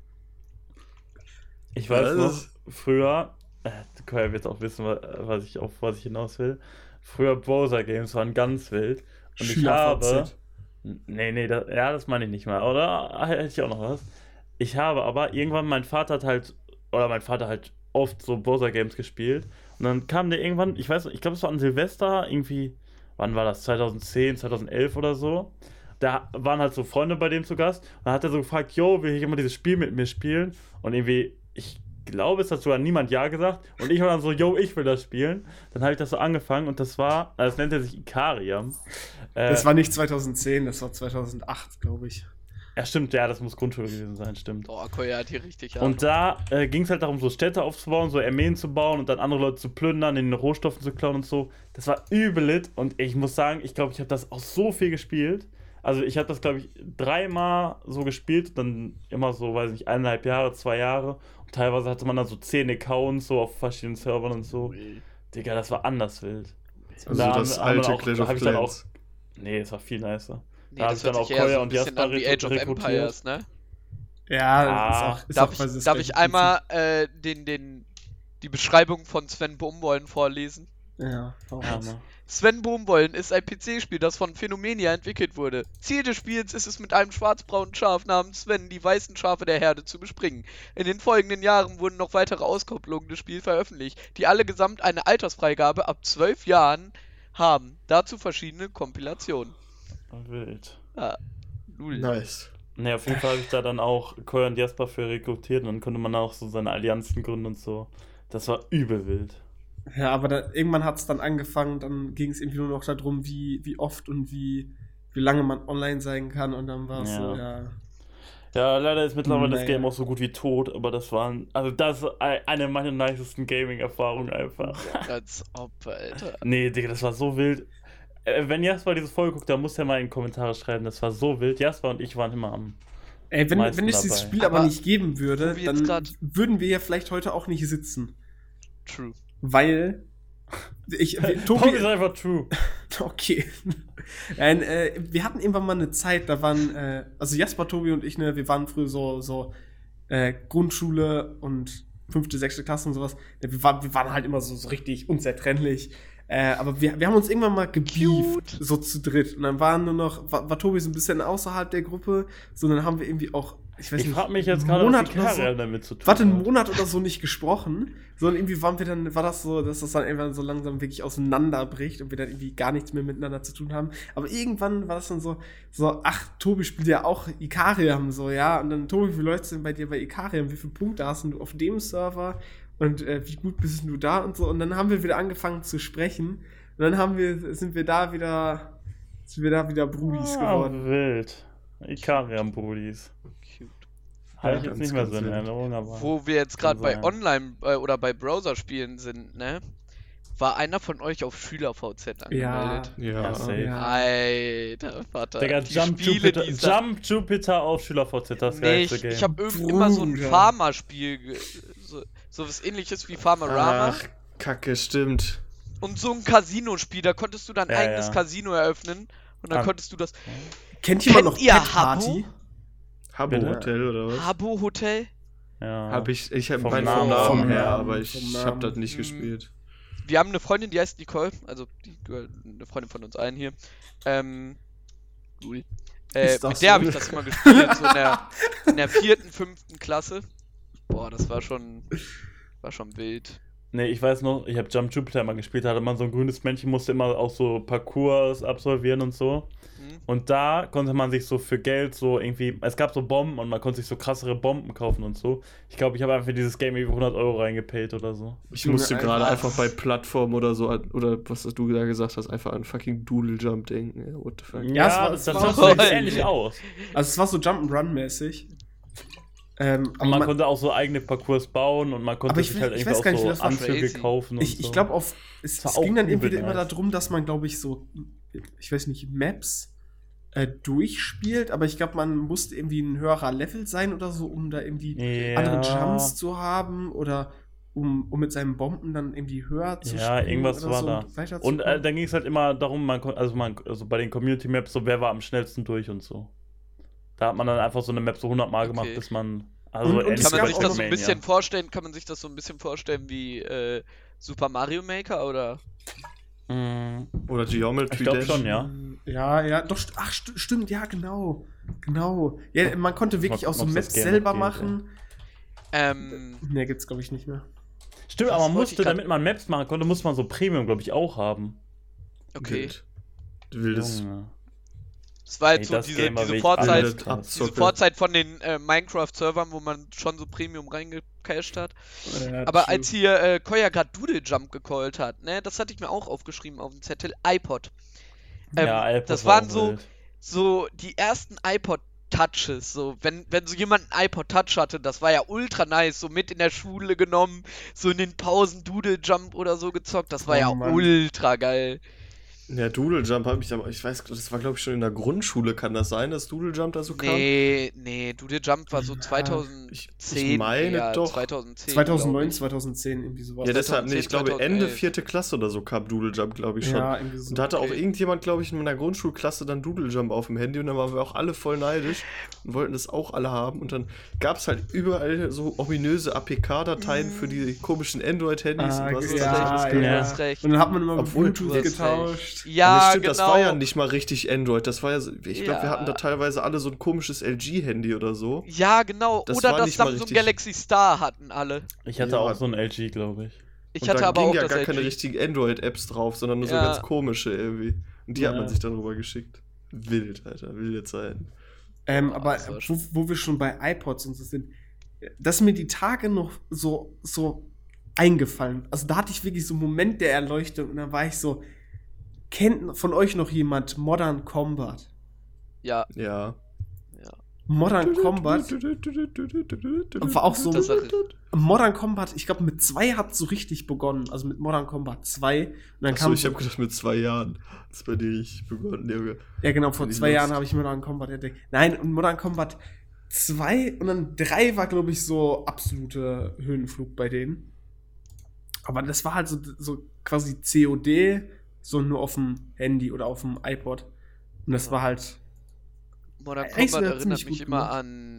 Ich weiß Ja, noch, das früher, Koya wird auch wissen, auf was ich hinaus will. Früher Browser-Games waren ganz wild. Und ich habe. SchülerVZ. Nee, das meine ich nicht mal, oder? Hätte ich auch noch was. Ich habe aber irgendwann, mein Vater hat halt oder mein Vater halt oft so Bowser-Games gespielt. Und dann kam der irgendwann, ich weiß nicht, ich glaube, es war an Silvester, irgendwie, wann war das? 2010, 2011 oder so. Da waren halt so Freunde bei dem zu Gast. Und dann hat er so gefragt, yo, will ich immer dieses Spiel mit mir spielen? Und irgendwie, ich glaube, es hat sogar niemand Ja gesagt. Und ich war dann so, yo, ich will das spielen. Dann habe ich das so angefangen und das war, das nennt sich Ikariam. Das war nicht 2010, das war 2008, glaube ich. Ja, stimmt, ja, das muss Grundschule gewesen sein, stimmt. Boah, Koya hat hier richtig Ahnung. Und da ging es halt darum, so Städte aufzubauen, so Armeen zu bauen und dann andere Leute zu plündern, den Rohstoffen zu klauen und so. Das war übel lit und ich muss sagen, ich glaube, ich habe das auch so viel gespielt. Also ich habe das, glaube ich, 3-mal so gespielt, dann immer so, weiß nicht, 1,5 Jahre, 2 Jahre. Und teilweise hatte man dann so 10 Accounts so auf verschiedenen Servern und so. Digga, das war anders wild. Also das alte Clash of Clans. Nee, es war viel nicer. Nee, Da hab das ich dann hört auch sich eher Koya so ein und bisschen Jasper an wie Age of rekrutiert. Empires, ne? Ja, Darf ich einmal die Beschreibung von Sven Bohmbollen vorlesen? Ja, Hammer. Sven Bohmbollen ist ein PC-Spiel, das von Phenomenia entwickelt wurde. Ziel des Spiels ist es, mit einem schwarzbraunen Schaf namens Sven die weißen Schafe der Herde zu bespringen. In den folgenden Jahren wurden noch weitere Auskopplungen des Spiels veröffentlicht, die alle gesamt eine Altersfreigabe ab 12 Jahren haben. Dazu verschiedene Kompilationen. Wild. Ah, Lul. Nice. Ne, auf jeden Fall habe ich da dann auch Koya und Jasper für rekrutiert und dann konnte man auch so seine Allianzen gründen und so. Das war übel wild. Ja, aber irgendwann hat es dann angefangen, dann ging es irgendwie nur noch darum, wie oft und wie lange man online sein kann und dann war es so, ja. Ja, leider ist mittlerweile das Naja. Game auch so gut wie tot, aber das ist eine meiner nicesten Gaming-Erfahrungen einfach. Als ob, Alter. Nee, Digga, das war so wild. Wenn Jasper diese Folge guckt, dann muss er mal in die Kommentare schreiben, das war so wild. Jasper und ich waren immer am Ey, wenn meisten es dieses dabei. Spiel aber Aber nicht geben würde, wo wir jetzt dann grad- würden wir ja vielleicht heute auch nicht sitzen. True. Weil Tobi ist einfach true. Okay. Nein, wir hatten irgendwann mal eine Zeit, da waren, also Jasper, Tobi und ich, ne, wir waren früher so Grundschule und 5., 6. Klasse und sowas. Wir waren halt immer so richtig unzertrennlich. Aber wir haben uns irgendwann mal gebieft, so zu dritt. Und dann waren nur noch, war Tobi so ein bisschen außerhalb der Gruppe, so dann haben wir irgendwie auch, ich weiß Ich nicht, frage mich jetzt einen gerade, was Monat die oder Karriere so, damit zu tun warte, einen hat. Monat oder so nicht gesprochen, sondern irgendwie war das so, dass das dann irgendwann so langsam wirklich auseinanderbricht und wir dann irgendwie gar nichts mehr miteinander zu tun haben. Aber irgendwann war das dann so, ach, Tobi spielt ja auch Ikariam, so, ja, und dann, Tobi, wie läuft's denn bei dir bei Ikariam? Wie viele Punkte hast du auf dem Server? Und wie gut bist du da und so? Und dann haben wir wieder angefangen zu sprechen und dann sind wir da wieder Brudis geworden. Wild. Ikariam-Brudis. Cute. Habe ich Ja, jetzt nicht mehr so in ganz Erinnerung, aber. Wo wir jetzt gerade kann bei sein. Online- oder bei Browserspielen sind, ne? War einer von euch auf SchülerVZ angemeldet? Ja. safe. Ja. Alter, Vater. Digga, die Jump Spiele, Jupiter, die es da- Jump Jupiter auf SchülerVZ, das Nee, geilste Game. ich habe immer so ein Bruder. Pharma-Spiel, so was ähnliches wie Pharmarama. Ach, Kacke, stimmt. Und so ein Casino-Spiel, da konntest du dein Ja, eigenes ja. Casino eröffnen und dann Ah. konntest du das. Kennt jemand noch ihr Pet Party? Habbo Bitte? Hotel oder was? Habbo Hotel? Ja. Ich hab Vom meinen Namen. vom Vom Namen her, Namen, aber vom ich Namen. hab das nicht Hm. gespielt. Wir haben eine Freundin, die heißt Nicole, also eine Freundin von uns allen hier. Cool. Ist das Mit der so? habe ich das immer gespielt, so in der 4., 5. Klasse. Boah, das war schon wild. Nee, ich weiß noch, ich habe Jump Jupiter mal gespielt, da hatte man so ein grünes Männchen, musste immer auch so Parcours absolvieren und so. Hm? Und da konnte man sich so für Geld so irgendwie, es gab so Bomben und man konnte sich so krassere Bomben kaufen und so. Ich glaube, ich habe einfach für dieses Game irgendwie 100 € reingepayt oder so. Ich Junge, musste gerade Alter. einfach bei Plattform oder so, oder was du da gesagt hast, einfach an fucking Doodle Jump denken. Ja, what the fuck. Ja, es war- das es war sah auch so so- ähnlich aus. Also es war so Jump'n'Run-mäßig. Und man konnte auch so eigene Parcours bauen und man Aber konnte ich sich weiß- halt ich irgendwie weiß auch gar nicht, so wie das war. Anzüge Crazy. kaufen und so. Ich glaube, es war auch ging dann übel irgendwie immer nice. darum, dass man, glaube ich, so, ich weiß nicht, Maps durchspielt, aber ich glaube, man musste irgendwie ein höherer Level sein oder so, um da irgendwie andere Jumps zu haben oder um mit seinen Bomben dann irgendwie höher zu Ja, springen irgendwas oder war so da. und weiter zu Und kommen. dann ging es halt immer darum, also bei den Community Maps, so wer war am schnellsten durch und so. Da hat man dann einfach so eine Map so 100 Mal gemacht, Okay. bis man. Also Und ähnlich es Kann man gab sich auch das noch so ein Mania. bisschen vorstellen? Kann man sich das so ein bisschen vorstellen wie Super Mario Maker oder? Oder Geometry Ich glaube Dash. schon, ja. Ja, doch, stimmt, ja, genau. Ja, man konnte wirklich auch so Ob's das Maps Game selber noch geht, machen. Ne, gibt's, glaube ich, nicht mehr. Stimmt, Was aber man wollte ich musste, grad- damit man Maps machen konnte, musste man so Premium, glaube ich, auch haben. Okay. Wild. Wildes. Junge. Das war Ey, halt so das diese, Game war diese wirklich Vorzeit, alles Wild krass. diese Abzocke. Vorzeit von den Minecraft-Servern, wo man schon so Premium reingecached hat. Ja, Aber true. als hier Koya gerade Doodle Jump gecallt hat, ne, das hatte ich mir auch aufgeschrieben auf dem Zettel, iPod. iPod Das war waren auch so, wild. so die ersten iPod-Touches. So, wenn so jemand einen iPod-Touch hatte, das war ja ultra nice. So mit in der Schule genommen, so in den Pausen Doodle Jump oder so gezockt. Das war Oh ja Mann. ultra geil. Ja, Doodle Jump habe ich aber, ich weiß, das war glaube ich schon in der Grundschule, kann das sein, dass Doodle Jump da so kam? Nee, Doodle Jump war so Ja, 2010. ich meine eher, doch. 2010. 2009, glaub ich. 2010, irgendwie sowas. Ja, deshalb, nee, 2010, ich glaube Ende 2011. 4. Klasse oder so kam Doodle Jump, glaube ich schon. Ja, irgendwie so. Und da hatte auch okay. irgendjemand, glaube ich, in meiner Grundschulklasse dann Doodle Jump auf dem Handy und dann waren wir auch alle voll neidisch und wollten das auch alle haben. Und dann gab es halt überall so ominöse APK-Dateien für die komischen Android-Handys und was es ja, da nicht alles Du gab. ja. hast recht. Und dann hat man immer Obwohl, Bluetooth du hast getauscht. Ja, Nee, stimmt, genau. das war ja nicht mal richtig Android. Das war ja, ich glaube, wir Ja. hatten da teilweise alle so ein komisches LG-Handy oder so. Ja, genau. Das Oder war das nicht mal Samsung richtig. Galaxy Star hatten alle. Ich hatte Ja. auch so ein LG, glaube ich. Ich Und hatte da aber ging auch ja das gar LG. keine richtigen Android-Apps drauf, sondern nur so Ja. ganz komische irgendwie. Und die hat Ja. man sich dann rüber geschickt. Wild, Alter, wilde Zeiten. Aber das war wo wir schon bei iPods und so sind, das ist mir die Tage noch so eingefallen. Also da hatte ich wirklich so einen Moment der Erleuchtung und dann war ich so, kennt von euch noch jemand Modern Combat? Ja, Ja. Modern Combat war auch so. das war, Modern Combat, ich glaube mit 2 hat so richtig begonnen. Also mit Modern Combat 2. Und dann Achso, kam ich so, habe gedacht, mit 2 Jahren. Das ist bei dir nicht begonnen, Junge. ja genau, vor Bin ich 2 Jahren lost. habe ich Modern Combat entdeckt. Nein, und Modern Combat 2 und dann 3 war, glaube ich, so absolute Höhenflug bei denen. Aber das war halt so quasi COD, so nur auf dem Handy oder auf dem iPod. Und das war halt. Modern Eigentlich Combat sogar ziemlich erinnert mich gut immer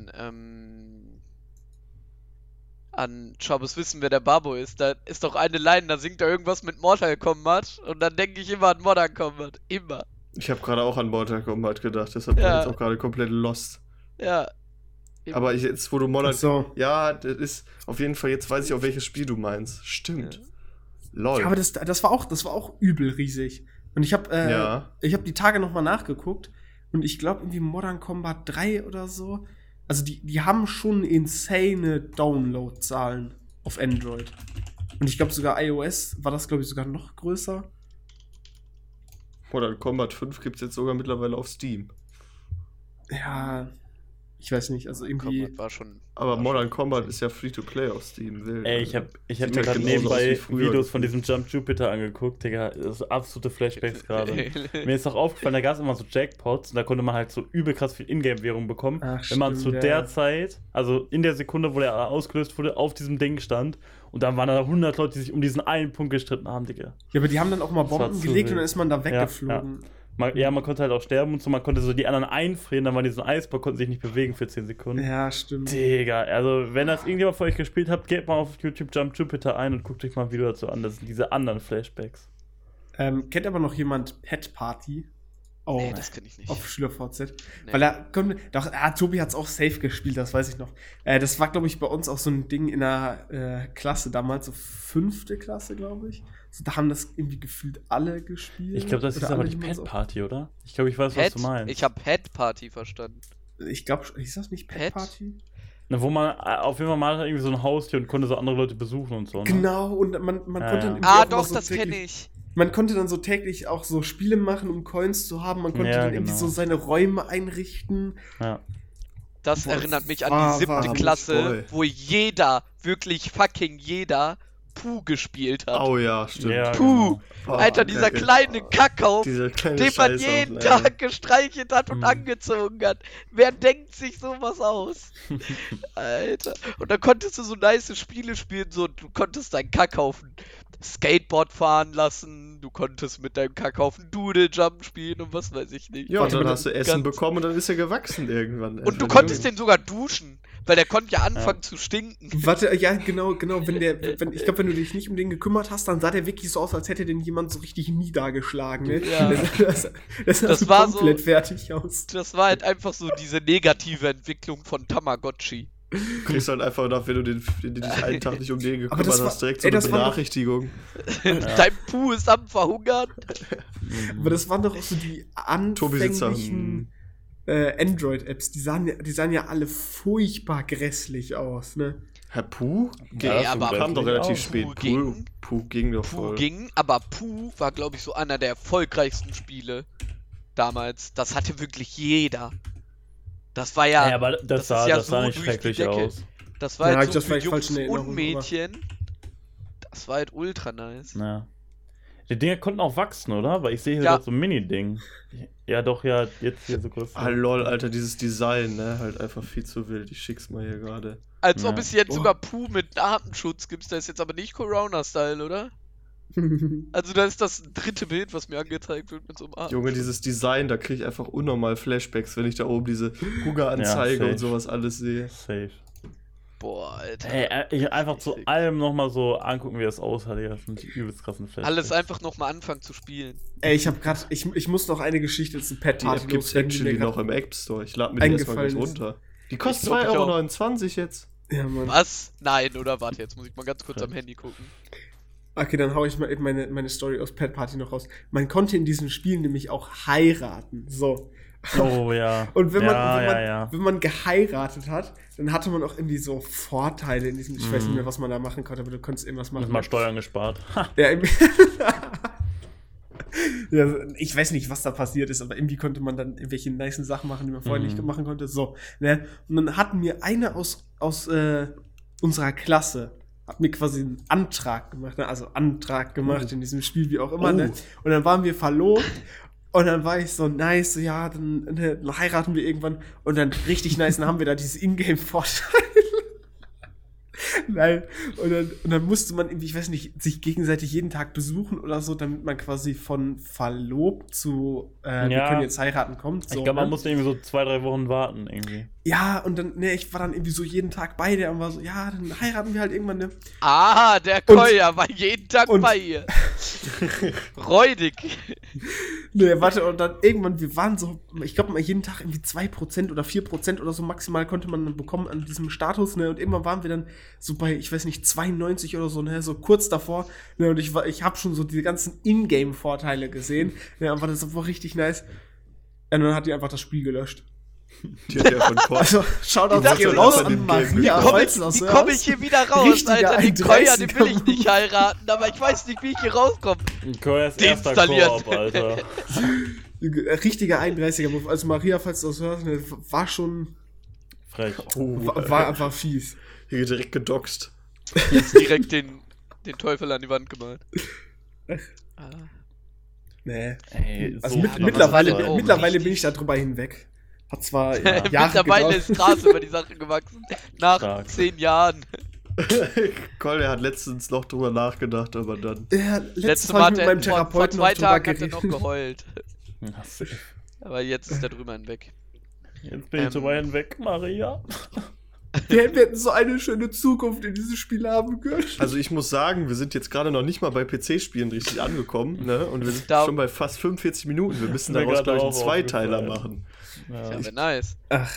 an Chabos Wissen, wer der Babo ist. Da ist doch eine Line, da singt er irgendwas mit Mortal Kombat und dann denke ich immer an Modern Kombat. Immer. Ich habe gerade auch an Mortal Kombat gedacht, deshalb war Ja. ich jetzt auch gerade komplett lost. Ja. Immer. Aber jetzt, wo du Modern... So. Ja, das ist auf jeden Fall, jetzt weiß ich auch, welches Spiel du meinst. Stimmt. Ja. Lol. Ja, aber das war auch übel riesig. Und ich habe Ja. hab die Tage nochmal nachgeguckt und ich glaube irgendwie Modern Combat 3 oder so. Also die haben schon insane Download-Zahlen auf Android. Und ich glaube sogar iOS war das, glaube ich, sogar noch größer. Mortal Kombat 5 gibt es jetzt sogar mittlerweile auf Steam. Ja, ich weiß nicht, also irgendwie. Kombat war schon. Aber war Modern schon Kombat ist ja Free-to-Play auf Steam. Wild, Ey, ich Alter. hab Sieht mir halt gerade genauso aus wie nebenbei früher. Videos von diesem Jump Jupiter angeguckt, Digga. Das ist absolute Flashbacks gerade. Mir ist auch aufgefallen, da gab es immer so Jackpots und da konnte man halt so übel krass viel Ingame-Währung bekommen. Ach, wenn man stimmt, zu ja. der Zeit, also in der Sekunde, wo der ausgelöst wurde, auf diesem Ding stand und dann waren da 100 Leute, die sich um diesen einen Punkt gestritten haben, Digga. Ja, aber die haben dann auch mal Das war Bomben zu gelegt wild. und dann ist man da weggeflogen. Man konnte halt auch sterben und so, man konnte so die anderen einfrieren, dann waren die so ein Eisblock, konnten sich nicht bewegen für 10 Sekunden. Ja, stimmt. Digga, also wenn das irgendjemand von euch gespielt habt, geht mal auf YouTube Jump Jupiter ein und guckt euch mal ein Video dazu an. Das sind diese anderen Flashbacks. Kennt aber noch jemand Pet Party? Oh, Nee, das kenne ich nicht. auf SchülerVZ. Nee. Weil er konnte. Doch, Tobi hat es auch safe gespielt, das weiß ich noch. Das war, glaube ich, bei uns auch so ein Ding in der Klasse damals, so 5. Klasse, glaube ich. So, da haben das irgendwie gefühlt alle gespielt. Ich glaube, das Oder ist aber alle, die die man's Pet auch- Party, oder? Ich glaube, ich weiß, was Pet? du meinst. Ich habe Pet Party verstanden. Ich glaube, ist das nicht Pet Pet? Party? Na, wo man auf jeden Fall mal irgendwie so ein Haustier und konnte so andere Leute besuchen und so. Ne? Genau, und man Ja, konnte ja. dann irgendwie Ah, auch mal doch, so das kenne täglich- ich. Man konnte dann so täglich auch so Spiele machen, um Coins zu haben. Man konnte Ja, dann irgendwie genau. so seine Räume einrichten. Ja. Das Boah, erinnert mich an war- die 7. war Klasse, voll. wo jeder, wirklich fucking jeder, Puh gespielt hat. Oh ja, stimmt. Ja, Puh. genau. Boah, Alter, dieser Kacke. kleine Kackauf, Dieser kleine den man Scheißhaufen, jeden Alter. Tag gestreichelt hat und Mhm. angezogen hat. Wer denkt sich sowas aus? Alter. Und dann konntest du so nice Spiele spielen, so du konntest deinen Kackhaufen Skateboard fahren lassen, du konntest mit deinem Kackhaufen Doodle Jump spielen und was weiß ich nicht. Ja, und Warte dann mal, hast du Essen ganz- bekommen und dann ist er gewachsen irgendwann. Und du Alter. konntest den sogar duschen, weil der konnte ja anfangen zu stinken. Warte, ja, genau, ich glaube, wenn du dich nicht um den gekümmert hast, dann sah der wirklich so aus, als hätte den jemand so richtig niedergeschlagen, ne? Ja. Das sah war so- komplett fertig aus. Das war halt einfach so diese negative Entwicklung von Tamagotchi. Du kriegst halt einfach nach, wenn du dich einen Tag nicht um den Aber gekümmert das hast, war- direkt so ey, eine das war doch- Benachrichtigung. Dein Puh ist am Verhungern. Aber das waren doch auch so die Tobi-Sitzer. anfänglichen Android-Apps. Die sahen ja alle furchtbar grässlich aus, ne? Herr Puh? Ja, aber kam doch relativ Puh spät. ging. Puh ging doch Puh voll. ging, aber Puh war, glaube ich, so einer der erfolgreichsten Spiele damals. Das hatte wirklich jeder. Das war ja, Ja, aber das ist sah, ja das sah so nicht durch die schrecklich Decke. aus. das war Ja, halt ich so das für vielleicht falsch in Jungs Erinnerung, und Mädchen. Das war halt ultra nice. Ja. Die Dinger konnten auch wachsen, oder? Weil ich sehe hier Ja. gerade so ein Mini-Ding. Ja, doch, ja, jetzt hier so kurz. Ah, lol, Alter, dieses Design, ne? Halt einfach viel zu wild. Ich schick's mal hier gerade. Als ob Ja. es jetzt Oh. sogar Puh mit Datenschutz gibt. Das ist jetzt aber nicht Corona-Style, oder? Also da ist das dritte Bild, was mir angezeigt wird mit so einem Arten. Junge, dieses Design, da krieg ich einfach unnormal Flashbacks, wenn ich da oben diese Hunger-Anzeige Ja, und sowas alles sehe. Safe. Boah, Alter. Ey, einfach zu Richtig. allem nochmal so angucken, wie das aussah. Das sind die übelst krassen Flashbacks. Alles einfach nochmal anfangen zu spielen. Ey, ich muss noch eine Geschichte zu Pet Die Party App gibt's loswerden, die actually mir noch grad- im App Store. Ich lade mir die erstmal gleich eingefallen ist. runter. Die kostet glaub, ich 2,29 € jetzt. Ja, Mann. Was? Nein, oder? Warte, jetzt muss ich mal ganz kurz am Handy gucken. Okay, dann hau ich mal eben meine Story aus Pet Party noch raus. Man konnte in diesem Spiel nämlich auch heiraten. So. Oh ja. Und wenn ja. wenn man geheiratet hat, dann hatte man auch irgendwie so Vorteile in diesem, ich weiß nicht mehr, was man da machen konnte, aber du konntest irgendwas Muss machen. mal Steuern gespart. Ha. Ja, irgendwie- ja, ich weiß nicht, was da passiert ist, aber irgendwie konnte man dann irgendwelche nice Sachen machen, die man vorher nicht machen konnte. So, ne? Und dann hatten mir eine aus unserer Klasse hat mir quasi einen Antrag gemacht, ne? Also Antrag gemacht in diesem Spiel, wie auch immer, ne? Und dann waren wir verlobt. Und dann war ich so nice, so, ja, dann heiraten wir irgendwann. Und dann richtig nice, dann haben wir da dieses Ingame-Vorteil. Nein. Und dann musste man irgendwie, ich weiß nicht, sich gegenseitig jeden Tag besuchen oder so, damit man quasi von verlobt zu wir Ja. können jetzt heiraten kommt. So, Ich glaube, man ne? musste irgendwie so 2-3 Wochen warten irgendwie. Ja, und dann, ne, ich war dann irgendwie so jeden Tag bei der und war so, ja, dann heiraten wir halt irgendwann, ne? Ah, der Und- Koya war jeden Tag und- bei ihr. Räudig. Ne, warte, und dann irgendwann, wir waren so, ich glaube mal jeden Tag irgendwie 2% oder 4% oder so maximal konnte man dann bekommen an diesem Status, ne, und irgendwann waren wir dann so bei, ich weiß nicht, 92 oder so, ne, so kurz davor, ne, und ich habe schon so die ganzen Ingame-Vorteile gesehen, ne, aber das war richtig nice. Ja, und dann hat die einfach das Spiel gelöscht. Die hat ja von Cord. Also, schaut auf dachte, hier das raus war an in dem Maria, Game. falls du das Wie hörst. komme ich hier wieder raus, Richtiger Alter? Den Koya, 31er den will ich nicht heiraten, aber ich weiß nicht, wie ich hier rauskomme. Koyas erster Deinstalliert. Koop, Alter. Richtiger 31er-Move. Also Maria, falls du das hörst, ne, war schon, Frech. war fies. Hier wird direkt gedoxt. Jetzt direkt den Teufel an die Wand gemalt. Ah. Nee. Ey, Also so mit- viel mittlerweile- Wasser. Oh, mittlerweile richtig. bin ich da drüber hinweg. Hat zwar Jahre Mittlerweile gedauert. ist Gras über die Sache gewachsen. Nach Stark. 10 Jahren. Colin hat letztens noch drüber nachgedacht, aber dann. Ja, Letztes letztes Mal Mal hat mit er meinem vor Therapeuten 2 noch drüber Tagen hat er geredet. noch geheult. Ja, safe. Aber jetzt ist er drüber hinweg. Jetzt bin ich drüber hinweg, Maria. Wir hätten so eine schöne Zukunft in diesem Spiel haben können. Also ich muss sagen, wir sind jetzt gerade noch nicht mal bei PC-Spielen richtig angekommen, ne? Und wir sind Da- schon bei fast 45 Minuten. Wir müssen Mir daraus, gerade glaube ich, einen auch Zweiteiler aufgefallen. machen. Ja. Ja, wäre nice. Ach.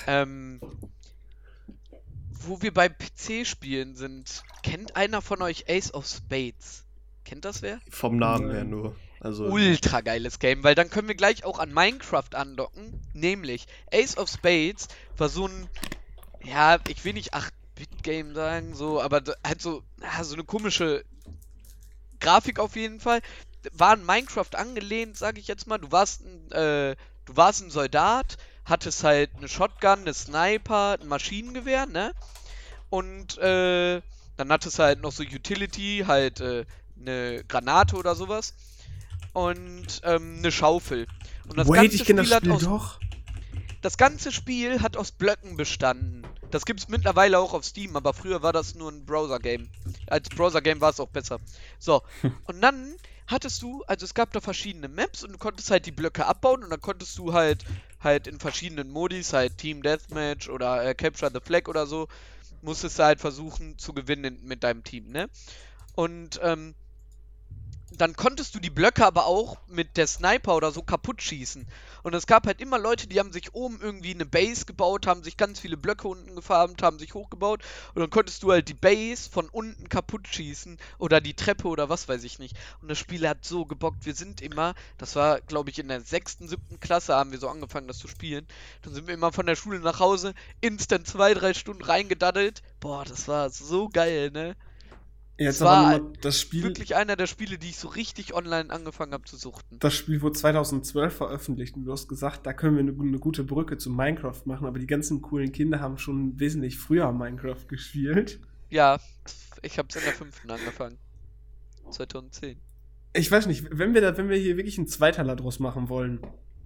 Wo wir bei PC-Spielen sind, kennt einer von euch Ace of Spades? Kennt das wer? Vom Namen her nur. Also, Ultra geiles Game, weil dann können wir gleich auch an Minecraft andocken. Nämlich, Ace of Spades war so ein, ja, ich will nicht 8-Bit-Game sagen, so, aber halt so, so eine komische Grafik auf jeden Fall. War an Minecraft angelehnt, sage ich jetzt mal. Du warst ein Soldat, hattest halt eine Shotgun, eine Sniper, ein Maschinengewehr, ne? Und dann hattest du halt noch so Utility, halt eine Granate oder sowas. Und eine Schaufel. Und das Wait, ganze ich kenne das Spiel hat Spiel aus doch. Das ganze Spiel hat aus Blöcken bestanden. Das gibt's mittlerweile auch auf Steam, aber früher war das nur ein Browser-Game. Als Browser-Game war es auch besser. So, und dann hattest du, also es gab da verschiedene Maps und du konntest halt die Blöcke abbauen und dann konntest du halt in verschiedenen Modis, halt Team Deathmatch oder Capture the Flag oder so, musstest du halt versuchen zu gewinnen mit deinem Team, ne? Und dann konntest du die Blöcke aber auch mit der Sniper oder so kaputt schießen. Und es gab halt immer Leute, die haben sich oben irgendwie eine Base gebaut, haben sich ganz viele Blöcke unten gefarmt, haben sich hochgebaut. Und dann konntest du halt die Base von unten kaputt schießen oder die Treppe oder was weiß ich nicht. Und das Spiel hat so gebockt. Wir sind immer, das war glaube ich in der 6., 7. Klasse haben wir so angefangen, das zu spielen. Dann sind wir immer von der Schule nach Hause, instant 2, 3 Stunden reingedaddelt. Boah, das war so geil, ne? Jetzt Das war aber nur das Spiel. Wirklich einer der Spiele, die ich so richtig online angefangen habe zu suchten. Das Spiel wurde 2012 veröffentlicht und du hast gesagt, da können wir eine gute Brücke zu Minecraft machen, aber die ganzen coolen Kinder haben schon wesentlich früher Minecraft gespielt. Ja, ich hab's in der 5. angefangen. 2010. Ich weiß nicht, wenn wir hier wirklich einen Zweiteiler draus machen wollen.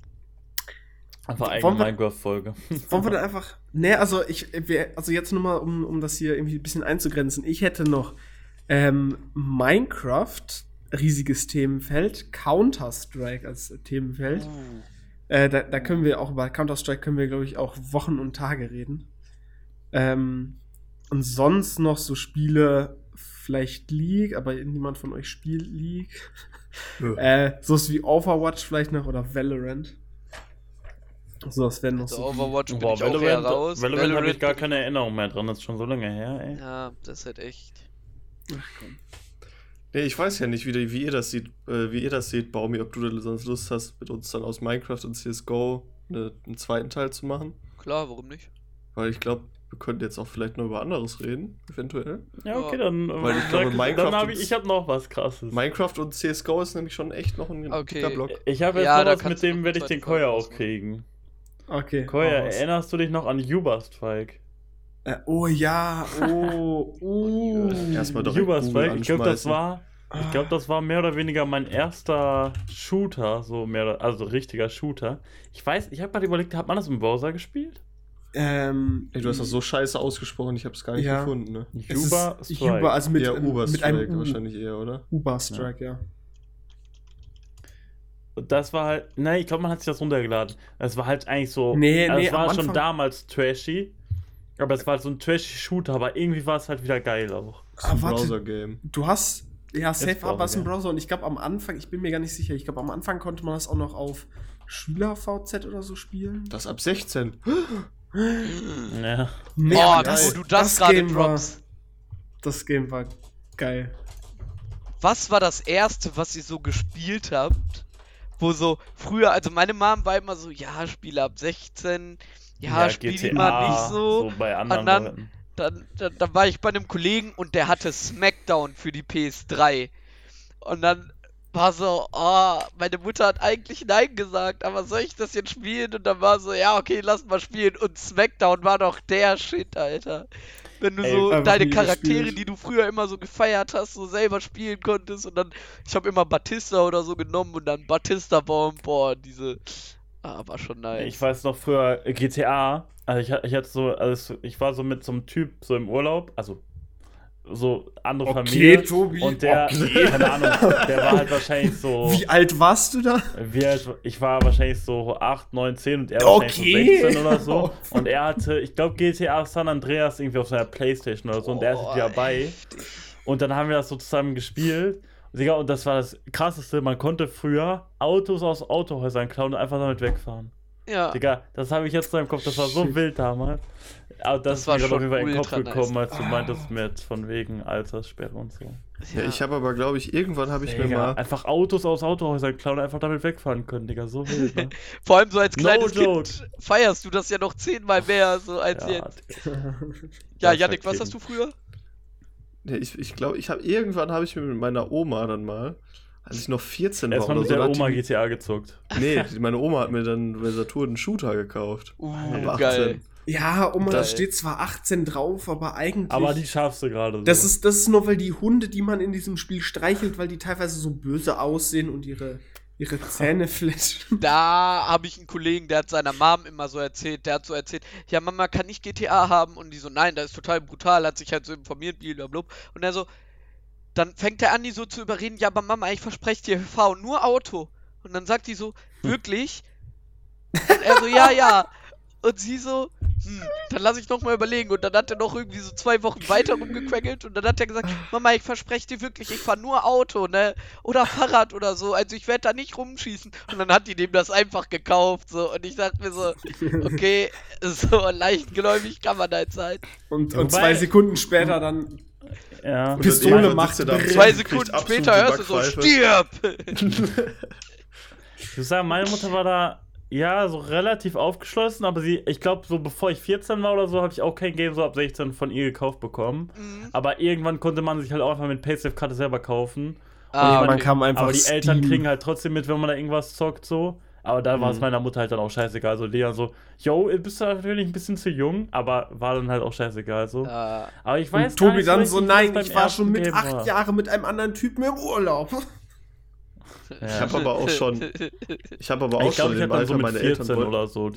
Einfach Wollen eigene wir- Minecraft-Folge. Wollen wir dann einfach. Nee, also also jetzt nur mal, um das hier irgendwie ein bisschen einzugrenzen. Ich hätte noch Minecraft, riesiges Themenfeld, Counter-Strike als Themenfeld. Da können wir auch über Counter-Strike glaube ich, auch Wochen und Tage reden. Und sonst noch so Spiele, vielleicht League, aber niemand von euch spielt League. Sowas wie Overwatch vielleicht noch oder Valorant. So, das wären noch Also so. Overwatch bin Boah, ich auch eher raus. Valorant habe ich gar bin- keine Erinnerung mehr dran, das ist schon so lange her, ey. Ja, das ist halt echt. Ach, komm. Nee, ich weiß ja nicht, wie ihr das seht, Baumi, ob du da sonst Lust hast, mit uns dann aus Minecraft und CSGO einen zweiten Teil zu machen. Klar, warum nicht? Weil ich glaube, wir könnten jetzt auch vielleicht noch über anderes reden, eventuell. Ja, okay, dann. Weil ich glaube, Minecraft dann habe und- ich hab noch was krasses. Minecraft und CSGO ist nämlich schon echt noch ein Okay. dicker Block. Ich habe jetzt Ja, noch da was, kannst mit du dem noch werde ich eine den zweite Folge Koya draus auch machen. kriegen. Okay. Koya, hau raus. erinnerst du dich noch an Uberstrike? Oh ja, Erstmal direkt Uberstrike, Google ich glaube, das anschmeißen. war mehr oder weniger mein erster Shooter, also richtiger Shooter. Ich habe gerade überlegt, hat man das im Browser gespielt? Ey, du hast das so scheiße ausgesprochen, ich habe es gar nicht Ja. gefunden, ne? Uber, also mit, Ja, mit Uberstrike einem U. wahrscheinlich eher, oder? Uberstrike, ja. Das war halt, nein, ich glaube, man hat sich das runtergeladen. Es war halt eigentlich so, Nee, also nee, es war am schon Anfang- damals trashy, aber es war halt so ein trashy Shooter, aber irgendwie war es halt wieder geil auch. Das ist ein warte. Browser-Game. Du hast, ja, safe Browser, war es im ja. Browser und ich glaube am Anfang, ich bin mir gar nicht sicher, ich glaube am Anfang konnte man das auch noch auf Schüler-VZ oder so spielen. Das ab 16. Ja. Nee, Oh, aber wo du das gerade Game war, droppst. das Game war geil. Was war das erste, was ihr so gespielt habt? Wo so früher, also meine Mom war immer so, ja, Spiele ab 16, ja, spiel die mal nicht so. bei anderen Und dann- Leuten. Dann war ich bei einem Kollegen und der hatte Smackdown für die PS3. Und dann war so, oh, meine Mutter hat eigentlich Nein gesagt, aber soll ich das jetzt spielen? Und dann war so, ja, okay, lass mal spielen. Und Smackdown war doch der Shit, Alter. Wenn du Ey, so einfach deine nie Charaktere, gespielt. die du früher immer so gefeiert hast, so selber spielen konntest. Und dann, ich habe immer Batista oder so genommen und dann Batista Bomb, boah, diese, war schon nice. Ich weiß noch früher GTA, also ich hatte so, ich war so mit so einem Typ so im Urlaub, also so andere Familie. Tobi. Und der, keine Ahnung, der war halt wahrscheinlich so, Wie alt warst du da? ich war wahrscheinlich so 8, 9, 10 und er wahrscheinlich Okay. so 16 oder so. Und er hatte, ich glaube, GTA San Andreas irgendwie auf seiner Playstation oder so und der ist Boah, dabei. heftig. Und dann haben wir das so zusammen gespielt. Digga, und das war das Krasseste, man konnte früher Autos aus Autohäusern klauen und einfach damit wegfahren. Ja. Digga, das habe ich jetzt noch im Kopf, das war so Shit. wild damals. Aber das, Das war ist mir gerade auf schon jeden Fall in den Kopf ultra gekommen, nice. als du meintest mit von wegen Alterssperre und so. Ja, ich habe aber, glaube ich, irgendwann habe ich mir Digga, mal. einfach Autos aus Autohäusern klauen und einfach damit wegfahren können, Digga, so wild, ne? Vor allem so als No kleines joke. Kind feierst du das ja noch 10-mal mehr so als Ja, jetzt. Digga. Ja, das Yannick, war was hast du früher? Nee, ich glaube, irgendwann habe ich mir mit meiner Oma dann mal, als ich noch 14 war Erstmal oder mit so, der da hat Oma die, GTA gezockt. nee, meine Oma hat mir dann bei Saturn einen Shooter gekauft. Ab 18. Geil. Ja, Oma, da Geil. steht zwar 18 drauf, aber eigentlich. Aber die schaffst du gerade so. das ist nur, weil die Hunde, die man in diesem Spiel streichelt, weil die teilweise so böse aussehen und ihre Zähne fletschen. Da habe ich einen Kollegen, der hat seiner Mom immer so erzählt, der hat so erzählt, ja Mama, kann ich GTA haben? Und die so, nein, das ist total brutal, hat sich halt so informiert, blablabla. Und er so, dann fängt er an, die so zu überreden, ja, aber Mama, ich verspreche dir, fahr nur Auto. Und dann sagt die so, wirklich? Und er so, ja, ja. Und sie so, dann lass ich nochmal überlegen. Und dann hat er noch irgendwie so 2 Wochen weiter rumgequengelt. Und dann hat er gesagt, Mama, ich verspreche dir wirklich, ich fahre nur Auto, ne? Oder Fahrrad oder so. Also ich werde da nicht rumschießen. Und dann hat die dem das einfach gekauft, so. Und ich dachte mir so, okay, so leichtgläubig kann man da jetzt sein. Und Wobei- 2 Sekunden später dann Ja. Und Pistole dann irgendwann macht sitzt er da, Brrr. 2 kriegt Sekunden absolut später die hörst du so, Backpfeife. stirb! Ich muss sagen, meine Mutter war da, ja, so relativ aufgeschlossen, aber ich glaube, so bevor ich 14 war oder so, habe ich auch kein Game so ab 16 von ihr gekauft bekommen. Aber irgendwann konnte man sich halt auch einfach mit PaySafe-Karte selber kaufen. Ah, man okay. kam einfach Aber die Eltern Steam. kriegen halt trotzdem mit, wenn man da irgendwas zockt, so. Aber da war es meiner Mutter halt dann auch scheißegal. Also die dann so, yo, bist du natürlich ein bisschen zu jung, aber war dann halt auch scheißegal, so. Ah, Aber ich weiß Und Tobi gar nicht dann richtig, so, wie nein, das ich beim war schon ersten mit Game 8 war. Jahren mit einem anderen Typen im Urlaub. Ich Ja. habe aber auch schon, Ich glaube, in ich dem habe dann Alter, so mit meine 14 Eltern wollten. oder so